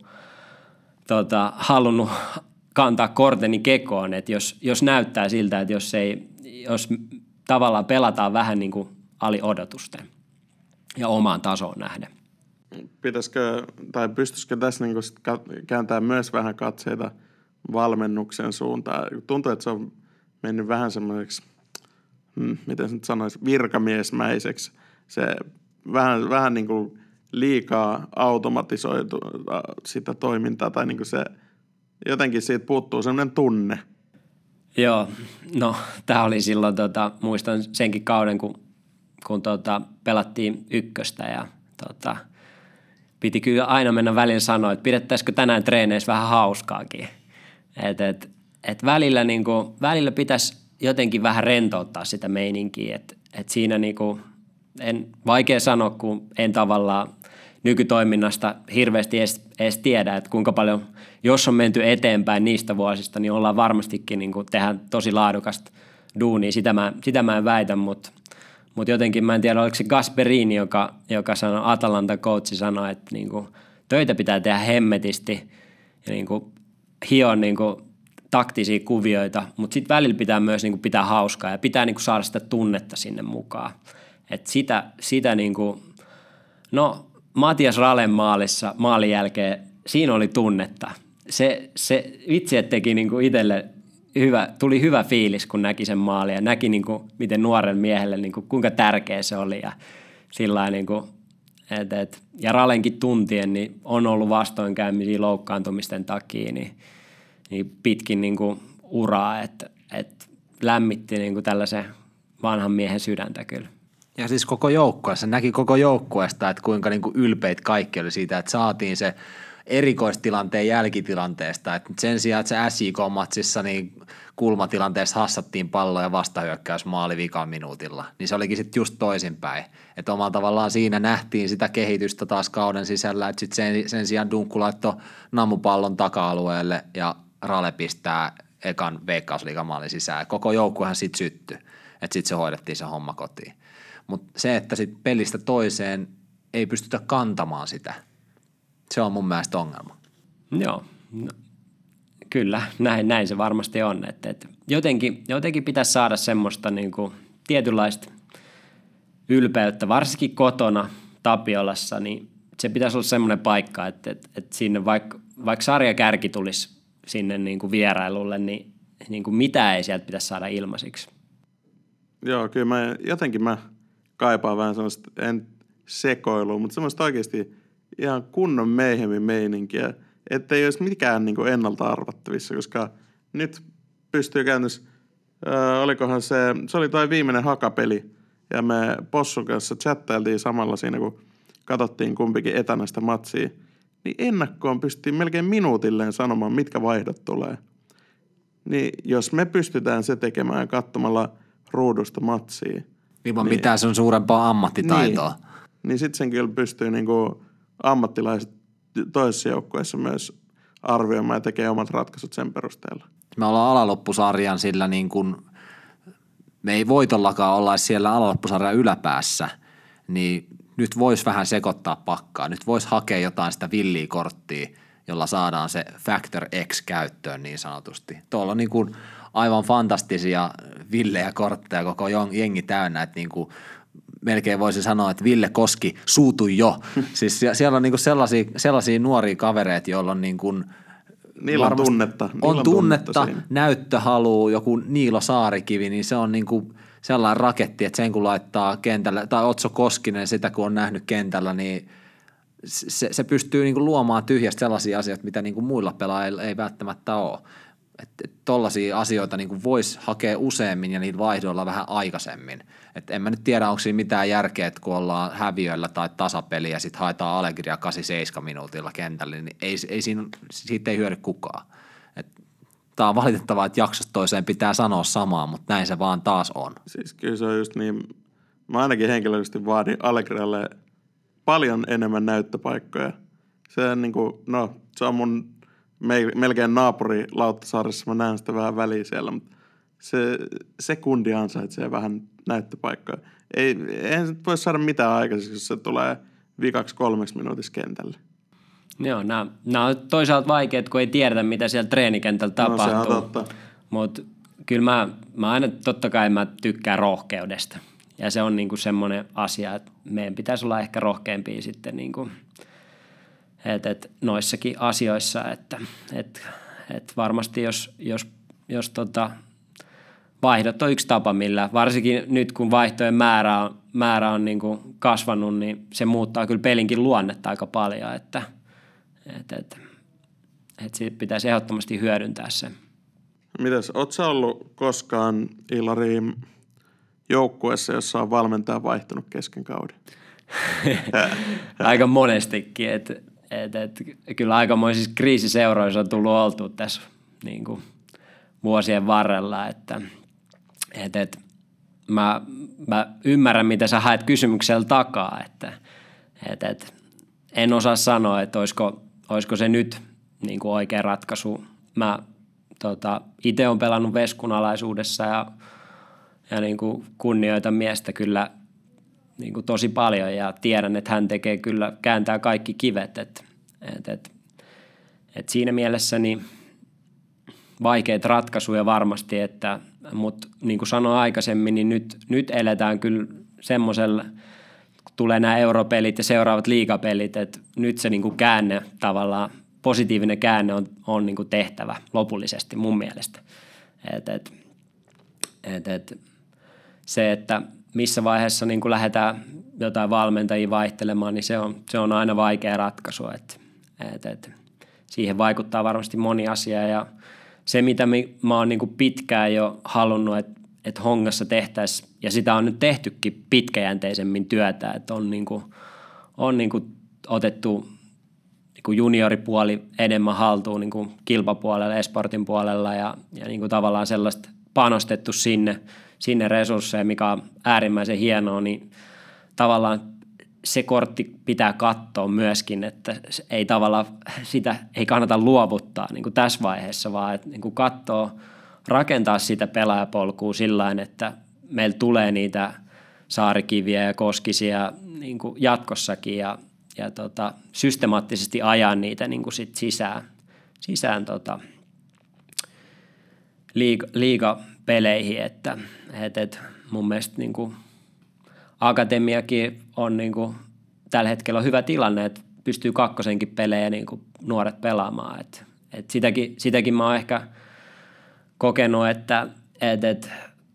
Speaker 4: tota, halunnut kantaa korteni kekoon, että jos, jos näyttää siltä, että jos, ei, jos tavallaan pelataan vähän niin kuin ali odotusten ja omaan tasoon nähden.
Speaker 1: Pitäisikö, tai pystyisikö tässä niin sit kääntämään myös vähän katseita valmennuksen suuntaan? Tuntuu, että se on mennyt vähän semmoiseksi, hmm, miten se nyt sanoisi, virkamiesmäiseksi. Se vähän, vähän niin kuin liikaa automatisoitu sitä toimintaa, tai niin kuin se jotenkin siitä puuttuu semmoinen tunne.
Speaker 4: Joo, no tämä oli silloin, tota, muistan senkin kauden, kun, kun tota, pelattiin ykköstä ja tota, piti kyllä aina mennä välillä sanoa, että pidettäisikö tänään treeneissä vähän hauskaakin. Että et, et välillä, niinku, välillä pitäisi jotenkin vähän rentouttaa sitä meininkiä. Että et siinä niinku, en, vaikea sanoa, kun en tavallaan nykytoiminnasta hirveästi edes, edes tiedä, että kuinka paljon, jos on menty eteenpäin niistä vuosista, niin ollaan varmastikin niinku, tehdään tosi laadukasta duunia. Sitä mä, sitä mä en väitä, mutta Mutta jotenkin mä en tiedä, oliko se Gasperini, joka, joka sanoi, Atalanta-coachi sanoi, että niinku, töitä pitää tehdä hemmetisti ja niinku, hioa niinku, taktisia kuvioita, mutta sitten välillä pitää myös niinku, pitää hauskaa ja pitää niinku, saada sitä tunnetta sinne mukaan. Et sitä, sitä niinku, no Matias Ralen maalissa, maalin jälkeen, siinä oli tunnetta. Se, se vitsi, että teki niinku, itselle hyvä, tuli hyvä fiilis, kun näki sen maalin ja näki, niin kuin, miten nuoren miehelle, niin kuin, kuinka tärkeä se oli. Ja, sillain, niin kuin, et, et, ja Ralenkin tuntien niin on ollut vastoinkäymisiä loukkaantumisten takia niin, niin pitkin niin kuin, uraa, että et, lämmitti niin kuin, tällaisen vanhan miehen sydäntä kyllä.
Speaker 2: Ja siis koko joukkue, se näki koko joukkueesta, että kuinka niin kuin ylpeitä kaikki oli siitä, että saatiin se erikoistilanteen jälkitilanteesta. Et sen sijaan, että se S J K-matsissa niin kulmatilanteessa hassattiin palloa ja vastahyökkäys maali vikan minuutilla, niin se olikin sitten just toisinpäin. Että omalla tavallaan siinä nähtiin sitä kehitystä taas kauden sisällä, että sitten sen, sen sijaan Dunkku laittoi nammupallon taka-alueelle ja Rale pistää ekan veikkausliigamaalin sisään. Koko joukkuehan sitten syttyi. että sitten se hoidettiin se homma kotiin. Mutta se, että sitten pelistä toiseen ei pystytä kantamaan sitä, se on mun mielestä ongelma.
Speaker 4: Joo, no, kyllä, näin, näin se varmasti on. Että, että jotenkin, jotenkin pitäisi saada semmoista niin kuin tietynlaista ylpeyttä, varsinkin kotona Tapiolassa, niin se pitäisi olla semmoinen paikka, että, että, että sinne vaikka, vaikka sarjakärki tulisi sinne niin kuin vierailulle, niin, niin kuin mitään ei sieltä pitäisi saada ilmaisiksi.
Speaker 1: Joo, kyllä mä, jotenkin mä kaipaan vähän semmoista, en sekoilua, mutta semmoista oikeasti ihan kunnon meihemin meininkiä, ettei olisi mikään niin kuin ennalta arvattavissa, koska nyt pystyy käynnissä, äh, olikohan se, se oli toi viimeinen hakapeli, ja me Possun kanssa chattailtiin samalla siinä, kun katsottiin kumpikin etänä sitä matsia, niin ennakkoon pystyttiin melkein minuutilleen sanomaan, mitkä vaihdot tulee. Niin jos me pystytään se tekemään katsomalla ruudusta matsia.
Speaker 2: Ilman niin, mitään sun suurempaa ammattitaitoa.
Speaker 1: Niin, niin sitten sen kyllä pystyy niinku ammattilaiset toisessa joukkueessa myös arvioimaan ja tekee omat ratkaisut sen perusteella.
Speaker 2: Me ollaan alaloppusarjan sillä niin kuin, me ei voitollakaan olla siellä alaloppusarjan yläpäässä, niin nyt voisi vähän sekoittaa pakkaa. Nyt voisi hakea jotain sitä villiä korttia, jolla saadaan se Factor X käyttöön niin sanotusti. Tuolla on niin kuin aivan fantastisia villejä kortteja koko jengi täynnä, että niin kuin melkein voisi sanoa, että Ville Koski suutui jo. Siis siellä on niin kuin sellaisia, sellaisia nuoria kavereita, joilla on niin kuin
Speaker 1: Niillä on tunnetta. Niillä
Speaker 2: on,
Speaker 1: on
Speaker 2: tunnetta,
Speaker 1: tunnetta
Speaker 2: näyttöhalua, joku Niilo Saarikivi, niin se on niin kuin sellainen raketti, että sen kun laittaa kentällä, tai Otso Koskinen sitä kun on nähnyt kentällä, niin se, se pystyy niin kuin luomaan tyhjästä sellaisia asioita, mitä niin kuin muilla pelaajilla ei välttämättä ole. Että et tollaisia asioita niin kuin voisi hakea useammin ja niitä vaihdoilla vähän aikaisemmin. Et en mä nyt tiedä, onko siinä mitään järkeä, että kun ollaan häviöillä tai tasapeliä ja sitten haetaan Allegria kahdeksankymmentäseitsemän minuutilla kentälle, niin ei, ei siinä, siitä ei hyödy kukaan. Tämä on valitettavaa, että jaksosta toiseen pitää sanoa samaa, mutta näin se vaan taas on.
Speaker 1: Siis kyllä se on just niin, mä ainakin henkilöisesti vaadin Allegrialle paljon enemmän näyttöpaikkoja. Se on niin kuin, no se on mun melkein naapuri Lauttasaaressa, mä näen sitä vähän väliä siellä, mutta se sekundi ansaitsee vähän näyttöpaikkoja. Ei, eihän se voi saada mitään aikaiseksi, jos se tulee vikaksi kolmeksi minuutissa kentälle.
Speaker 4: Joo, nämä, nämä on toisaalta vaikeat, kun ei tiedetä, mitä siellä treenikentällä tapahtuu.
Speaker 1: No se on totta.
Speaker 4: Mutta kyllä mä, mä aina totta kai mä tykkään rohkeudesta. Ja se on niinku semmoinen asia, että meidän pitäisi olla ehkä rohkeampia sitten niinku, et, et noissakin asioissa. Että et, et varmasti jos, jos, jos tota, vaihdot on yksi tapa, millä varsinkin nyt kun vaihtojen määrä on, määrä on niinku kasvanut, niin se muuttaa kyllä pelinkin luonnetta aika paljon, että Että et, et siitä pitäisi ehdottomasti hyödyntää se.
Speaker 1: Mitäs, ootko sä ollut koskaan, Ilari, joukkueessa, jossa on valmentaja vaihtunut kesken kauden?
Speaker 4: Aika monestikin, että et, et, kyllä aikamoisissa kriisiseuroissa on tullut oltu tässä niin kuin vuosien varrella, että et, et, mä, mä ymmärrän, mitä sä haet kysymyksellä takaa, että et, et, en osaa sanoa, että olisiko Olisiko se nyt niin kuin oikea ratkaisu? Mä tota, itse olen pelannut Veskun alaisuudessa ja, ja niin kuin kunnioitan miestä kyllä niin kuin tosi paljon ja tiedän, että hän tekee kyllä, kääntää kaikki kivet. Et, et, et, et siinä mielessä niin vaikeita ratkaisuja varmasti, että, mutta niin kuin sanoin aikaisemmin, niin nyt, nyt eletään kyllä semmoisella, tulee nämä europelit ja seuraavat liigapelit, että nyt se niinku käänne tavallaan, positiivinen käänne on, on niinku tehtävä lopullisesti mun mielestä. Et, et, et, et, se, että missä vaiheessa niinku lähdetään jotain valmentajia vaihtelemaan, niin se on, se on aina vaikea ratkaisu. Et, et, et, siihen vaikuttaa varmasti moni asia ja se, mitä mä oon niinku pitkään jo halunnut, että että Hongassa tehtäisiin, ja sitä on nyt tehtykin pitkäjänteisemmin työtä, että on, niinku, on niinku otettu niinku junioripuoli enemmän haltuun niinku kilpapuolella, esportin puolella, ja, ja niinku tavallaan sellaista panostettu sinne, sinne resursseja, mikä on äärimmäisen hienoa, niin tavallaan se kortti pitää katsoa myöskin, että ei tavallaan sitä ei kannata luovuttaa niinku tässä vaiheessa, vaan että niinku katsoo, rakentaa sitä pelaajapolkua sillain, että meillä tulee niitä Saarikiviä ja Koskisia niin kuin jatkossakin ja, ja tota, systemaattisesti ajaa niitä niin kuin sit sisään, sisään tota, liiga, liigapeleihin, että et, et mun mielestä niin kuin akatemiakin on niin kuin, tällä hetkellä on hyvä tilanne, että pystyy kakkosenkin pelejä niin kuin nuoret pelaamaan. Et, et sitäkin, sitäkin mä oon ehkä kokenut, että et, et,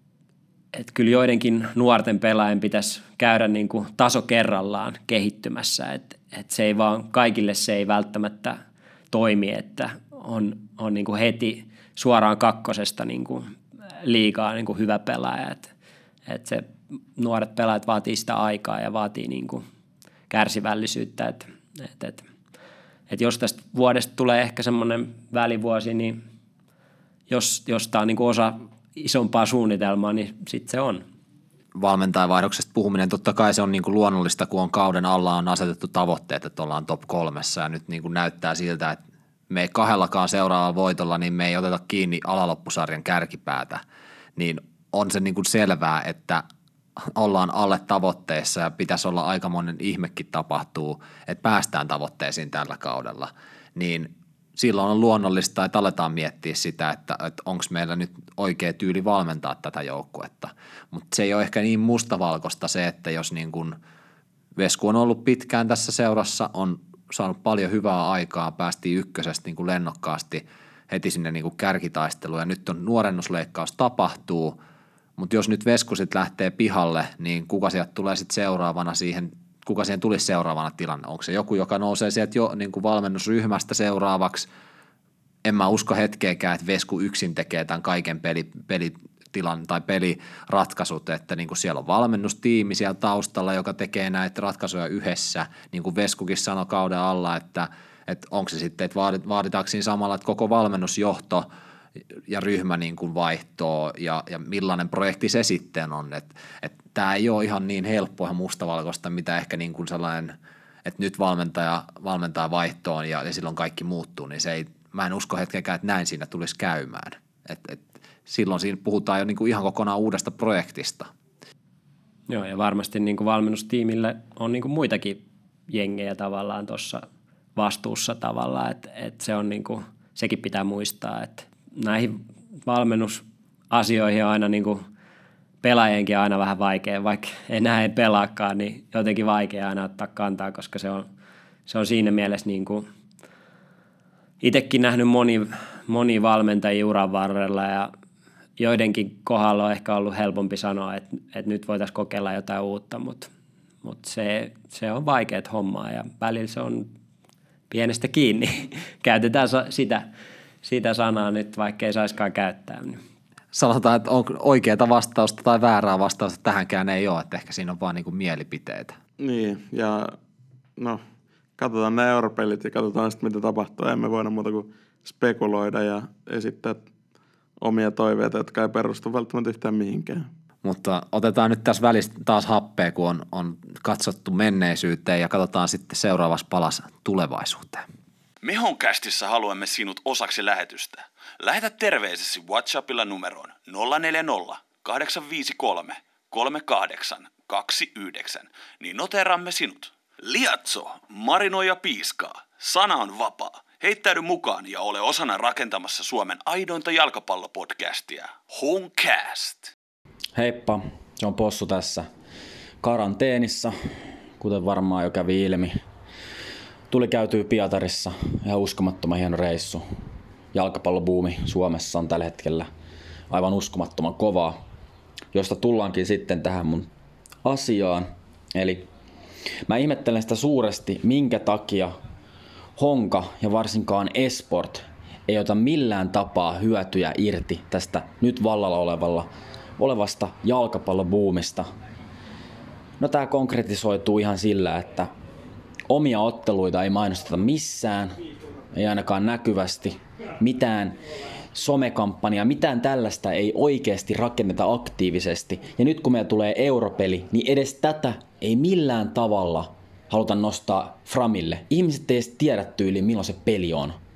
Speaker 4: et kyllä joidenkin nuorten pelaajien pitäisi käydä niin kuin taso kerrallaan kehittymässä. Et, et se ei vaan, kaikille se ei välttämättä toimi, että on, on niin kuin heti suoraan kakkosesta niin kuin liigaa niin kuin hyvä pelaaja. Et, et se nuoret pelaajat vaatii sitä aikaa ja vaatii niin kuin kärsivällisyyttä. Et, et, et, et jos tästä vuodesta tulee ehkä semmoinen välivuosi, niin jos, jos tämä on niin kuin osa isompaa suunnitelmaa, niin sitten se on.
Speaker 2: Valmentajavaihdoksesta puhuminen, totta kai se on niin kuin luonnollista, kun on kauden alla on asetettu tavoitteet, että ollaan top kolmessa ja nyt niin kuin näyttää siltä, että me ei kahdellakaan seuraavalla voitolla, niin me ei oteta kiinni alaloppusarjan kärkipäätä, niin on se niin kuin selvää, että ollaan alle tavoitteissa ja pitäisi olla aikamoinen ihmekin tapahtuu, että päästään tavoitteisiin tällä kaudella, niin silloin on luonnollista, että aletaan miettiä sitä, että, että onko meillä nyt oikea tyyli valmentaa tätä joukkuetta. Mutta se ei ole ehkä niin mustavalkoista se, että jos niin kun Vesku on ollut pitkään tässä seurassa, on saanut paljon hyvää aikaa, päästiin ykkösestä niin kuin lennokkaasti heti sinne niin kuin kärkitaisteluun ja nyt on nuorennusleikkaus tapahtuu, mutta jos nyt Vesku sitten lähtee pihalle, niin kuka sieltä tulee sitten seuraavana siihen, kuka siihen tulisi seuraavana tilanne? Onko se joku, joka nousee sieltä jo niin kuin valmennusryhmästä seuraavaksi? En mä usko hetkeäkään, että Vesku yksin tekee tämän kaiken peli, pelitilan tai peliratkaisut, että niin kuin siellä on valmennustiimi siellä taustalla, joka tekee näitä ratkaisuja yhdessä, niin kuin Veskukin sanoi kauden alla, että, että onko se sitten, että vaaditaanko siinä samalla, että koko valmennusjohto ja ryhmä niin kuin vaihtoo ja, ja millainen projekti se sitten on, että, että tämä ei ole ihan niin helppoa ja mustavalkoista, mitä ehkä niin kuin sellainen, että nyt valmentaja, valmentaa vaihtoon ja, ja silloin kaikki muuttuu, niin se ei, mä en usko hetkenkään, että näin siinä tulisi käymään. Et, et, silloin siinä puhutaan jo niin kuin ihan kokonaan uudesta projektista.
Speaker 4: Joo, ja varmasti niin kuin valmennustiimille on niin kuin muitakin jengejä tavallaan tuossa vastuussa tavallaan, että, että se on niin kuin, sekin pitää muistaa, että näihin valmennusasioihin on aina niin kuin pelaajienkin aina vähän vaikea, vaikka enää ei pelaakaan, niin jotenkin vaikea aina ottaa kantaa, koska se on, se on siinä mielessä niin kuin itsekin nähnyt moni, moni valmentajia uran varrella ja joidenkin kohdalla on ehkä ollut helpompi sanoa, että, että nyt voitaisiin kokeilla jotain uutta, mutta, mutta se, se on vaikeaa hommaa ja välillä se on pienestä kiinni. Käytetään sitä, sitä sanaa nyt, vaikka ei saisikaan käyttää.
Speaker 2: Sanotaan, että on oikeaa vastausta tai väärää vastausta tähänkään ei ole, että ehkä siinä on vaan niin kuin mielipiteitä.
Speaker 1: Niin, ja no, katsotaan ne europelit ja katsotaan sitten, mitä tapahtuu. Emme voida muuta kuin spekuloida ja esittää omia toiveita, jotka ei perustu välttämättä yhtään mihinkään.
Speaker 2: Mutta otetaan nyt tässä välissä taas happea, kun on, on katsottu menneisyyteen ja katsotaan sitten seuraavassa palassa tulevaisuuteen.
Speaker 3: Me Honcastissa haluamme sinut osaksi lähetystä. Lähetä terveisesi WhatsAppilla numeroon nolla neljä nolla, kahdeksan viisi kolme, kolme kahdeksan, kaksi yhdeksän, niin noteramme sinut. Liatso, marinoi ja piiskaa. Sana on vapaa. Heittäydy mukaan ja ole osana rakentamassa Suomen aidointa jalkapallopodcastia. Honcast.
Speaker 6: Heippa, se on Possu tässä. Karanteenissa, kuten varmaan jo kävi ilmi. Tuli käytyä Pietarissa, ihan uskomattoman hieno reissu. Jalkapallobuumi Suomessa on tällä hetkellä aivan uskomattoman kovaa, josta tullaankin sitten tähän mun asiaan. Eli mä ihmettelen sitä suuresti, minkä takia Honka ja varsinkaan Esport ei ota millään tapaa hyötyjä irti tästä nyt vallalla olevalla, olevasta jalkapallobuumista. No tää konkretisoituu ihan sillä, että omia otteluita ei mainosteta missään, ei ainakaan näkyvästi, mitään somekampanjaa, mitään tällaista ei oikeasti rakenneta aktiivisesti. Ja nyt kun meillä tulee europeli, niin edes tätä ei millään tavalla haluta nostaa framille. Ihmiset ei edes tiedä tyyliin, milloin se peli on.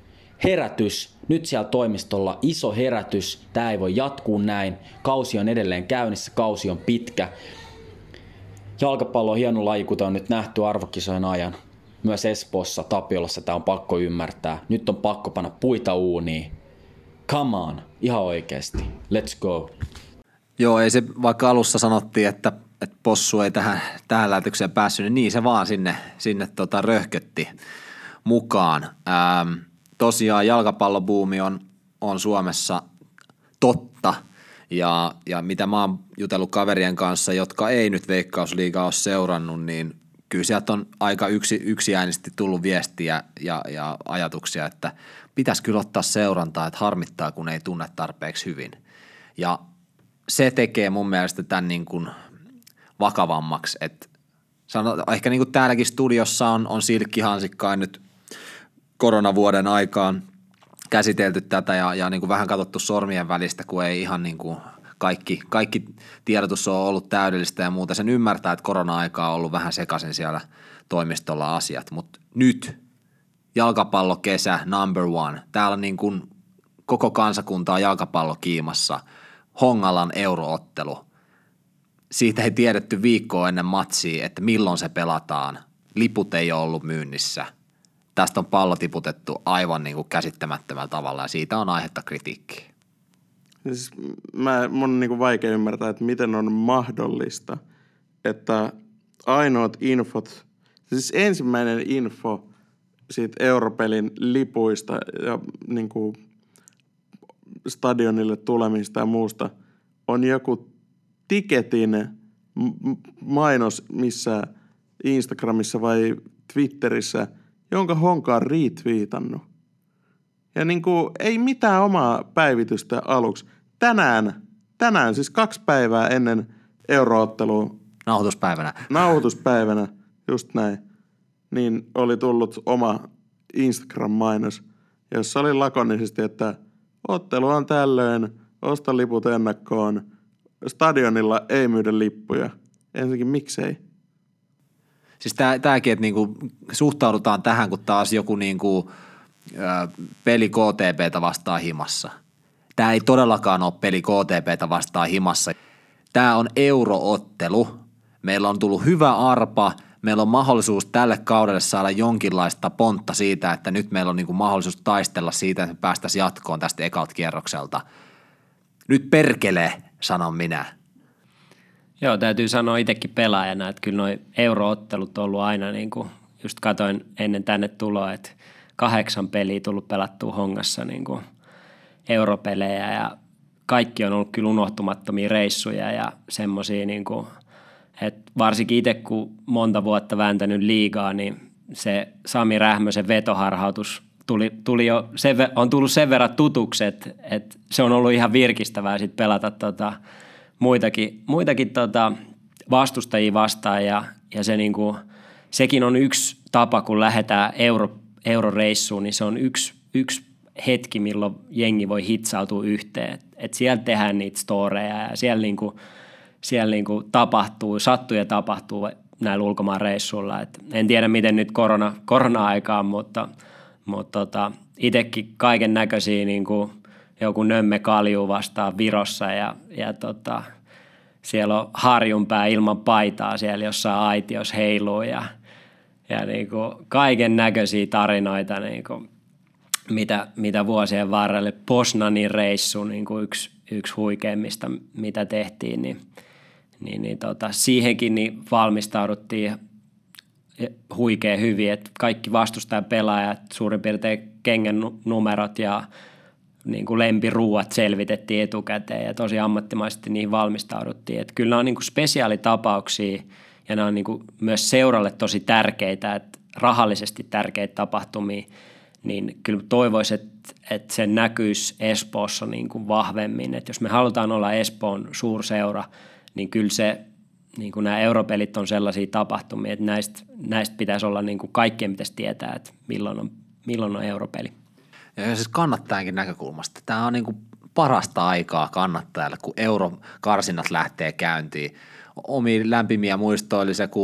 Speaker 6: herätys, nyt siellä toimistolla iso herätys, tää ei voi jatkuu näin, kausi on edelleen käynnissä, kausi on pitkä. Jalkapallo on hieno laji, kuten on nyt nähty arvokisojen ajan. Myös Espoossa, Tapiolassa tää on pakko ymmärtää. Nyt on pakko panna puita uuniin. Come on, ihan oikeesti. Let's go.
Speaker 2: Joo, ei se, vaikka alussa sanottiin, että, että possu ei tähän, tähän lähetykseen päässyt, niin, niin se vaan sinne, sinne tota röhkötti mukaan. Ähm, tosiaan jalkapallobuumi on, on Suomessa totta, ja, ja mitä mä oon jutellut kaverien kanssa, jotka ei nyt Veikkausliigaa ole seurannut, niin kyllä sieltä on aika yksi, yksiäänisesti tullut viestiä ja, ja ajatuksia, että pitäisi kyllä ottaa seurantaa, että harmittaa, kun ei tunne tarpeeksi hyvin. Ja se tekee mun mielestä tämän niin kuin vakavammaksi, että sano, ehkä niin kuin täälläkin studiossa on, on silkkihansikkain nyt koronavuoden aikaan käsitelty tätä ja, ja niin kuin vähän katsottu sormien välistä, kun ei ihan niin kuin kaikki, kaikki tiedotus on ollut täydellistä ja muuta. Sen ymmärtää, että korona-aikaa on ollut vähän sekaisin siellä toimistolla asiat, mutta nyt jalkapallokesä number one. Täällä on niin kuin koko kansakunta on jalkapallokiimassa. Hongalan euroottelu. Siitä ei tiedetty viikkoa ennen matsia, että milloin se pelataan. Liput ei ole ollut myynnissä. Tästä on pallo tiputettu aivan niin kuin käsittämättömällä tavalla ja siitä on aihetta kritiikkiä.
Speaker 1: Siis mä, mun on niin kuin vaikea ymmärtää, että miten on mahdollista, että ainoat infot, siis ensimmäinen info siitä Europelin lipuista ja niin kuin stadionille tulemista ja muusta on joku tiketin mainos missä Instagramissa vai Twitterissä, jonka Honka on retweetannut. Ja niin kuin ei mitään omaa päivitystä aluksi. Tänään, tänään siis kaksi päivää ennen euroottelua.
Speaker 2: Nauhoituspäivänä.
Speaker 1: Nauhoituspäivänä, just näin. Niin oli tullut oma Instagram-mainos, jossa oli lakonisesti, että ottelu on tällöin, osta liput ennakkoon. Stadionilla ei myydä lippuja. Ensinnäkin miksei?
Speaker 2: Siis tää, tääkin, että niinku suhtaudutaan tähän, kun taas joku niinku, ö, peli K T P:tä vastaan himassa. Tää ei todellakaan ole peli K T P:tä vastaan himassa. Tää on euroottelu. Meillä on tullut hyvä arpa. Meillä on mahdollisuus tälle kaudelle saada jonkinlaista pontta siitä, että nyt meillä on niinku mahdollisuus taistella siitä, että me päästäisiin jatkoon tästä ekalta kierrokselta. Nyt perkele, sanon minä.
Speaker 4: Joo, täytyy sanoa itsekin pelaajana, että kyllä nuo euroottelut on ollut aina, niin kuin just katoin ennen tänne tuloa, että kahdeksan peliä tullut pelattua Hongassa niin kuin europelejä ja kaikki on ollut kyllä unohtumattomia reissuja ja semmoisia, niin kuin, että varsinkin itse kun monta vuotta vääntänyt liigaa, niin se Sami Rähmösen vetoharhautus tuli, tuli jo, sen, on tullut sen verran tutuksi, että, että se on ollut ihan virkistävää sit pelata tota, muitakin, muitakin tota vastustajia vastaan ja, ja se niinku, sekin on yksi tapa, kun lähdetään euro, euroreissuun, niin se on yksi, yksi hetki, milloin jengi voi hitsautua yhteen. Et, et siellä tehdään niitä storeja ja siellä, niinku, siellä niinku tapahtuu, sattuu ja tapahtuu näillä ulkomaan reissuilla. Et en tiedä, miten nyt korona, korona-aikaan, mutta, mutta tota, itsekin kaiken näköisiä niinku, joku nömme kalju vastaan Virossa ja, ja tota, siellä on harjunpää ilman paitaa siellä jossain aitiossa heiluu ja, ja niinku kaiken näköisiä tarinoita, niinku, mitä, mitä vuosien varrelle. Poznanin reissu niinku yksi, yksi huikeimmista, mitä tehtiin, niin, niin, niin tota, siihenkin niin valmistauduttiin huikea hyvin, että kaikki vastustajan pelaajat, suurin piirtein kengän numerot ja niin kuin lempiruuat selvitettiin etukäteen ja tosi ammattimaisesti niihin valmistauduttiin. Että kyllä nämä on niin kuin spesiaalitapauksia ja nämä on niin kuin myös seuralle tosi tärkeitä, että rahallisesti tärkeitä tapahtumia, niin kyllä toivoisin, että, että se näkyisi Espoossa niin kuin vahvemmin. Että jos me halutaan olla Espoon suurseura, niin kyllä se, niin kuin nämä europelit on sellaisia tapahtumia, että näistä, näistä pitäisi olla niin kuin kaikkien pitäisi tietää, että milloin on, milloin on europeli.
Speaker 2: Ja siis kannattajankin näkökulmasta. Tämä on niin kuin parasta aikaa kannattajalle, kun eurokarsinnat lähtee käyntiin. Omi lämpimiä muistoja oli se, kun,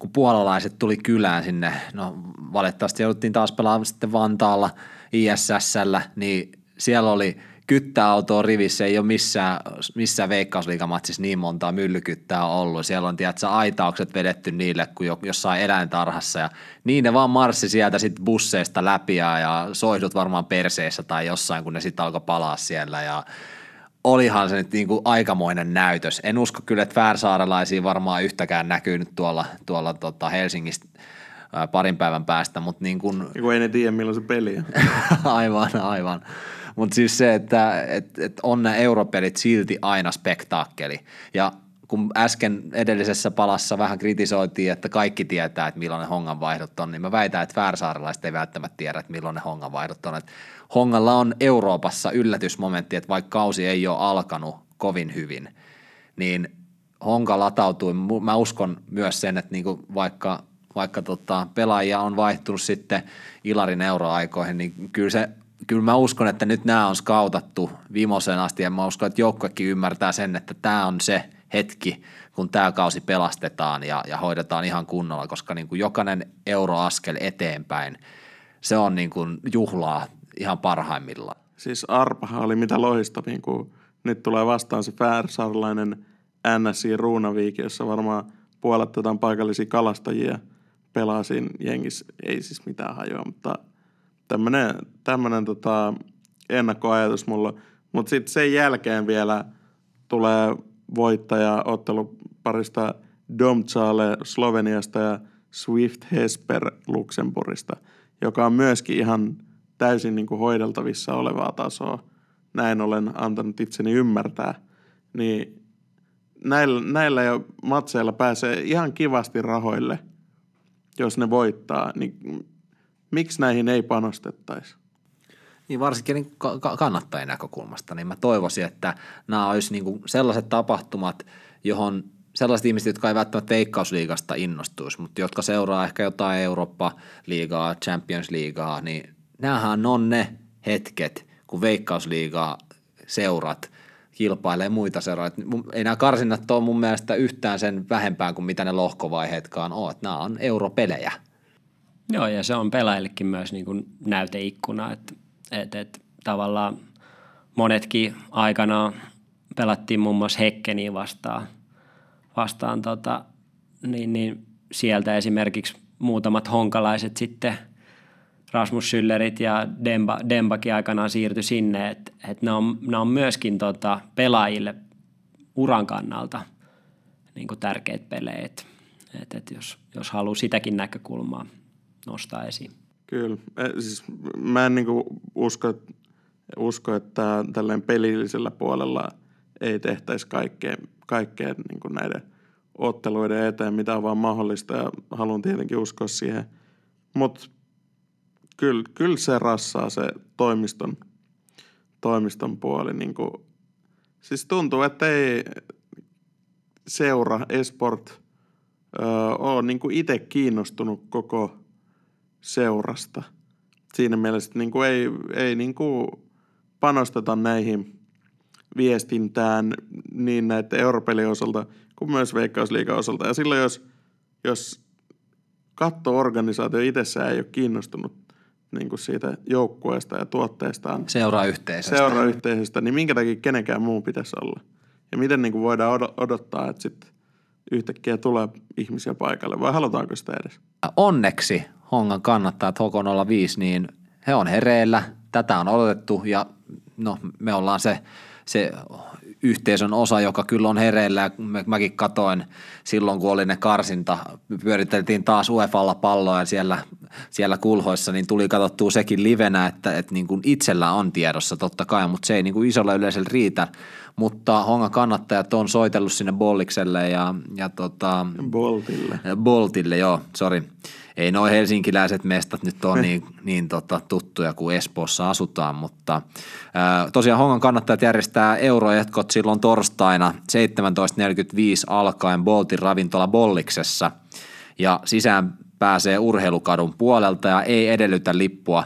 Speaker 2: kun puolalaiset tuli kylään sinne, no valitettavasti jouduttiin taas pelaamaan sitten Vantaalla I S S:llä, niin siellä oli kyttäautoa rivissä, ei ole missään, missään Veikkausliigamatsissa niin montaa myllykyttää ollut. Siellä on tiedätkö, aitaukset vedetty niille kuin jossain eläintarhassa ja niin ne vaan marssi sieltä sitten busseista läpi ja, ja soihdut varmaan perseissä tai jossain, kun ne sitten alkoi palaa siellä ja olihan se nyt niinku aikamoinen näytös. En usko kyllä, että färsaarelaisia varmaan yhtäkään näkynyt tuolla, tuolla tota Helsingistä ää, parin päivän päästä, mutta niin kuin...
Speaker 1: Kun ei ne tiedä, milloin se peli on.
Speaker 2: aivan, aivan. Mutta siis se, että et, et on ne europelit silti aina spektaakkeli. Ja kun äsken edellisessä palassa vähän kritisoitiin, että kaikki tietää, että milloin ne honganvaihdot on, niin mä väitän, että färsaarelaiset ei välttämättä tiedä, että milloin ne honganvaihdot on. Et hongalla on Euroopassa yllätysmomentti, että vaikka kausi ei ole alkanut kovin hyvin, niin honga latautui. Mä uskon myös sen, että niinku vaikka, vaikka tota pelaajia on vaihtunut sitten Ilarin euroaikoihin, niin kyllä se Kyllä mä uskon, että nyt nämä on skautattu viimeiseen asti ja mä uskon, että joukkuekin ymmärtää sen, että tämä on se hetki, kun tämä kausi pelastetaan ja, ja hoidetaan ihan kunnolla, koska niin kuin jokainen euroaskel eteenpäin, se on niin kuin juhlaa ihan parhaimmillaan.
Speaker 1: Siis arpahan oli mitä lohistavin, kun nyt tulee vastaan se färsaarelainen N S I Ruunaviiki, jossa varmaan puolet jotain paikallisia kalastajia pelaa siinä jengissä. Ei siis mitään hajoa, mutta tämmöinen, tämmöinen tota ennakkoajatus mulla. Mutta sitten sen jälkeen vielä tulee voittaja otteluparista Domzale Sloveniasta ja Swift Hesper Luxemburgista, joka on myöskin ihan täysin niin kuin hoideltavissa olevaa tasoa. Näin olen antanut itseni ymmärtää. Niin näillä, näillä jo matseilla pääsee ihan kivasti rahoille, jos ne voittaa. Niin miksi näihin ei panostettaisi?
Speaker 2: Niin varsinkin niin kannattajien näkökulmasta, niin mä toivoisin, että nämä olisi niin kuin sellaiset tapahtumat, johon sellaiset ihmiset, jotka ei välttämättä Veikkausliigasta innostuisi, mutta jotka seuraa ehkä jotain Eurooppa-liigaa, Champions-liigaa, niin näähän on ne hetket, kun Veikkausliigaa seurat kilpailee muita seuraa. Ei nämä karsinnat ole mun mielestä yhtään sen vähempään kuin mitä ne lohkovaiheetkaan on, että nämä on europelejä.
Speaker 4: Joo, ja se on pelaajillekin myös niin kuin näyteikkuna, että et, et, tavallaan monetkin aikanaan pelattiin muun muassa Hekkeniin vastaan, vastaan tota, niin, niin sieltä esimerkiksi muutamat honkalaiset sitten, Rasmus Schüllerit ja Demba, Dembakin aikanaan siirtyi sinne, että et ne, on, ne on myöskin tota, pelaajille uran kannalta niin kuin tärkeät pelejä, että et, et jos, jos haluaa sitäkin näkökulmaa nostaa esiin.
Speaker 1: Kyllä. Siis mä en niinku usko, usko, että tälleen pelillisellä puolella ei tehtäisi kaikkea, kaikkea niinku näiden otteluiden eteen, mitä on vaan mahdollista, ja haluan tietenkin uskoa siihen. Mutta kyllä, kyllä se rassaa se toimiston, toimiston puoli. Niinku, siis tuntuu, että ei seura, esport, öö, ole niinku itse kiinnostunut koko seurasta. Siinä mielessä niin kuin ei, ei niin kuin panosteta näihin viestintään niin näiden europelien osalta kuin myös Veikkausliigan osalta. Ja silloin, jos, jos katto-organisaatio itsessään ei ole kiinnostunut niin kuin siitä joukkueesta ja tuotteestaan,
Speaker 2: seurayhteisöstä.
Speaker 1: seurayhteisöstä, niin minkä takia kenenkään muun pitäisi olla? Ja miten niin kuin voidaan odottaa, että sitten yhtäkkiä tulee ihmisiä paikalle, vai halutaanko sitä edes?
Speaker 2: Onneksi Hongan kannattajat H K nolla viisi, niin he on hereillä, tätä on odotettu ja no me ollaan se, se yhteisön osa, joka kyllä on hereillä. Mä, mäkin katoin silloin, kun oli ne karsinta, pyöriteltiin taas U E F A:lla palloa siellä, siellä kulhoissa, niin tuli katsottua sekin livenä, että, että niin kuin itsellä on tiedossa totta kai, mutta se ei niin kuin isolla yleisöllä riitä. Mutta Hongan kannattajat on soitellut sinne Bollikselle ja, ja tota...
Speaker 1: Boltille.
Speaker 2: Boltille, joo, sori. Ei noi helsinkiläiset mestat nyt ole niin, niin tota, tuttuja kuin Espoossa asutaan, mutta ää, tosiaan Hongan kannattajat järjestää euroetkot silloin torstaina seitsemäntoista neljäkymmentäviisi alkaen Boltin ravintola Bolliksessa ja sisään pääsee urheilukadun puolelta ja ei edellytä lippua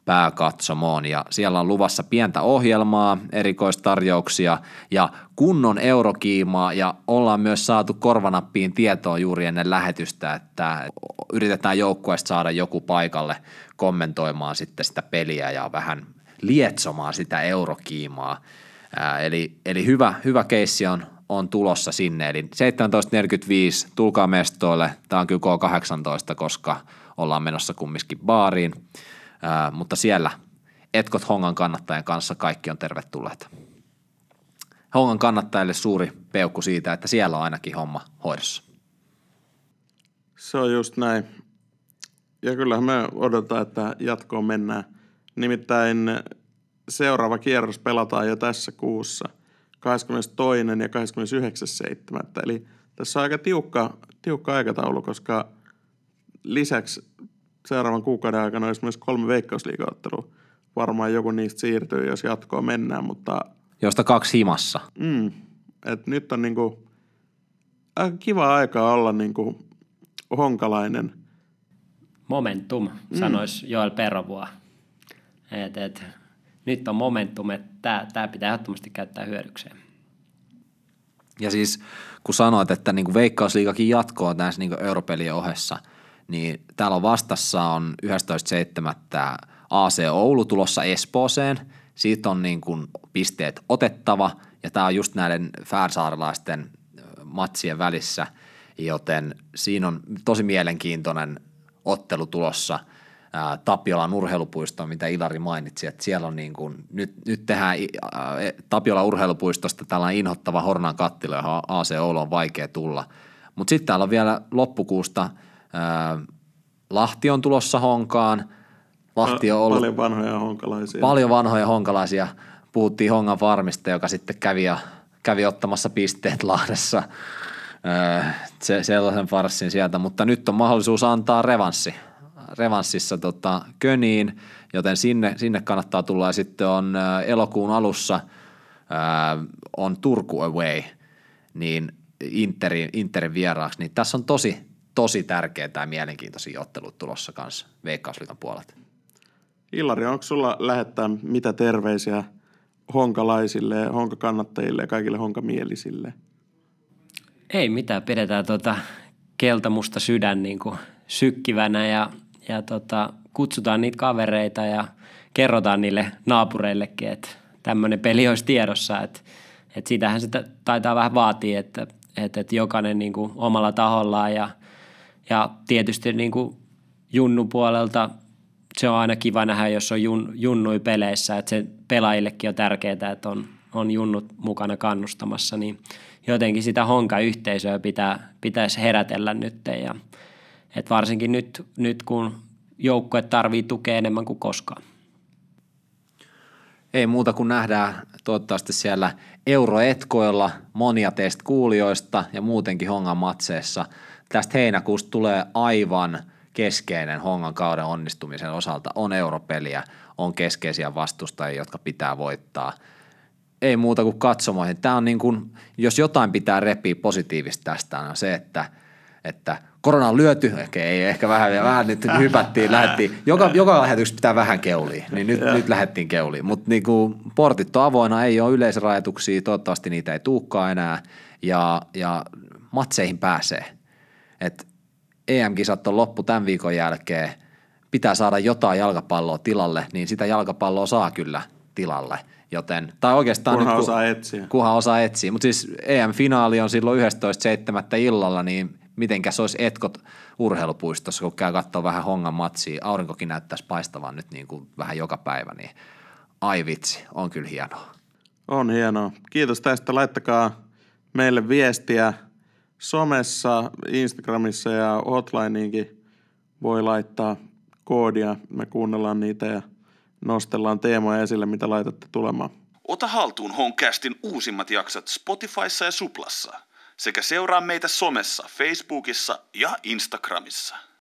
Speaker 2: pääkatsomoon ja siellä on luvassa pientä ohjelmaa, erikoistarjouksia ja kunnon eurokiimaa ja ollaan myös saatu korvanappiin tietoa juuri ennen lähetystä, että yritetään joukkueesta saada joku paikalle kommentoimaan sitten sitä peliä ja vähän lietsomaan sitä eurokiimaa. Ää, eli, eli hyvä, hyvä keissi on, on tulossa sinne, eli seitsemäntoista neljäkymmentäviisi, tulkaa mestoille, tämä on kyllä K kahdeksantoista, koska ollaan menossa kumminkin baariin, ää, mutta siellä Etkot Hongan kannattajien kanssa kaikki on tervetulleita. Hongan kannattajille suuri peukku siitä, että siellä on ainakin homma hoidossa.
Speaker 1: Se on just näin. Ja kyllähän me odotetaan, että jatkoon mennään. Nimittäin seuraava kierros pelataan jo tässä kuussa, kahdeskymmenestoinen ja kahdeskymmenesyhdeksäs seitsemättä Eli tässä on aika tiukka, tiukka aikataulu, koska lisäksi seuraavan kuukauden aikana olisi myös kolme veikkausliigaottelua. Varmaan joku niistä siirtyy, jos jatkoon mennään, mutta...
Speaker 2: Josta kaksi himassa.
Speaker 1: Mm, et nyt on niinku aika kiva aika olla niinku honkalainen.
Speaker 4: Momentum, sanoisi mm. Joel Perrovuo. Et, et, nyt on momentum, että tämä pitää ehdottomasti käyttää hyödykseen.
Speaker 2: Ja siis kun sanoit, että niinku Veikkausliigakin jatkoo näissä niinku europelien ohessa, niin täällä on vastassa on yhdestoista seitsemättä A C Oulu tulossa Espooseen. Siitä on niinku pisteet otettava ja tämä on just näiden färsaarelaisten matsien välissä, joten siinä on tosi mielenkiintoinen ottelu tulossa ää, Tapiolan urheilupuistoon, mitä Ilari mainitsi, että siellä on niin kuin, nyt, nyt tehdään ää, Tapiolan urheilupuistosta tällainen inhottava Hornan kattila, johon A C Oulu on vaikea tulla. Mutta sitten täällä on vielä loppukuusta ää, Lahti on tulossa Honkaan. Lahti on ollut
Speaker 1: paljon vanhoja honkalaisia.
Speaker 2: Paljon vanhoja honkalaisia. Puhuttiin Hongan farmista, joka sitten kävi, ja, kävi ottamassa pisteet Lahdessa. Se, sellaisen farssin sieltä, mutta nyt on mahdollisuus antaa revanssi. Revanssissa tota, Köniin, joten sinne, sinne kannattaa tulla ja sitten on ä, elokuun alussa ä, on Turku away, niin Interin, Interin vieraaksi, niin tässä on tosi, tosi tärkeää ja mielenkiintoisia ottelut tulossa kanssa Veikkausliigan puolelta.
Speaker 1: Ilari, onko sulla lähettää mitä terveisiä honkalaisille, honkakannattajille ja kaikille honkamielisille?
Speaker 4: Ei mitään, pidetään tota keltamusta sydän niin kuin sykkivänä ja, ja tota, kutsutaan niitä kavereita ja kerrotaan niille naapureillekin, että tämmöinen peli olisi tiedossa. Että, että sitähän sitä taitaa vähän vaatia, että, että, että jokainen niin kuin omalla tahollaan ja, ja tietysti niin kuin Junnun puolelta se on aina kiva nähdä, jos on jun, junnui peleissä, että se pelaajillekin on tärkeää, että on, on junnut mukana kannustamassa, niin jotenkin sitä honkayhteisöä pitää, pitäisi herätellä nyt. Ja, et varsinkin nyt, nyt, kun joukkue tarvii tukea enemmän kuin koskaan.
Speaker 2: Ei muuta kuin nähdään toivottavasti siellä euroetkoilla monia teistä kuulijoista ja muutenkin Hongan matseissa. Tästä heinäkuusta tulee aivan keskeinen Hongan kauden onnistumisen osalta. On europeliä, on keskeisiä vastustajia, jotka pitää voittaa. Ei muuta kuin katsomoihin. Tämä on niin kuin, jos jotain pitää repiä positiivista tästä, on se, että, että korona on lyöty, ehkä ei, ehkä vähän, vähän nyt hypättiin, lähdettiin. Joka, joka lähetyksessä pitää vähän keulia, niin nyt, nyt lähdettiin keuliin. Mutta niin kuin portit on avoinna, ei ole yleisrajoituksia, toivottavasti niitä ei tulekaan enää, ja, ja matseihin pääsee. Et E M-kisat on loppu tämän viikon jälkeen, pitää saada jotain jalkapalloa tilalle, niin sitä jalkapalloa saa kyllä tilalle. Joten, tai oikeastaan
Speaker 1: kunhan
Speaker 2: nyt,
Speaker 1: osaa etsiä.
Speaker 2: Kunhan osaa etsiä. Mutta siis E M-finaali on silloin yhdestoista seitsemättä illalla, niin mitenkäs olisi Etkot urheilupuistossa, kun käy katsoa vähän Hongan matsia. Aurinkokin näyttäisi paistavan nyt niin kuin vähän joka päivä, niin ai vitsi, on kyllä hienoa.
Speaker 1: On hienoa. Kiitos tästä. Laittakaa meille viestiä somessa, Instagramissa ja Hotlineinkin voi laittaa koodia. Me kuunnellaan niitä ja nostellaan teemoja esille, mitä laitatte tulemaan.
Speaker 3: Ota haltuun Honcastin uusimmat jaksot Spotifyssa ja Suplassa sekä seuraa meitä somessa, Facebookissa ja Instagramissa.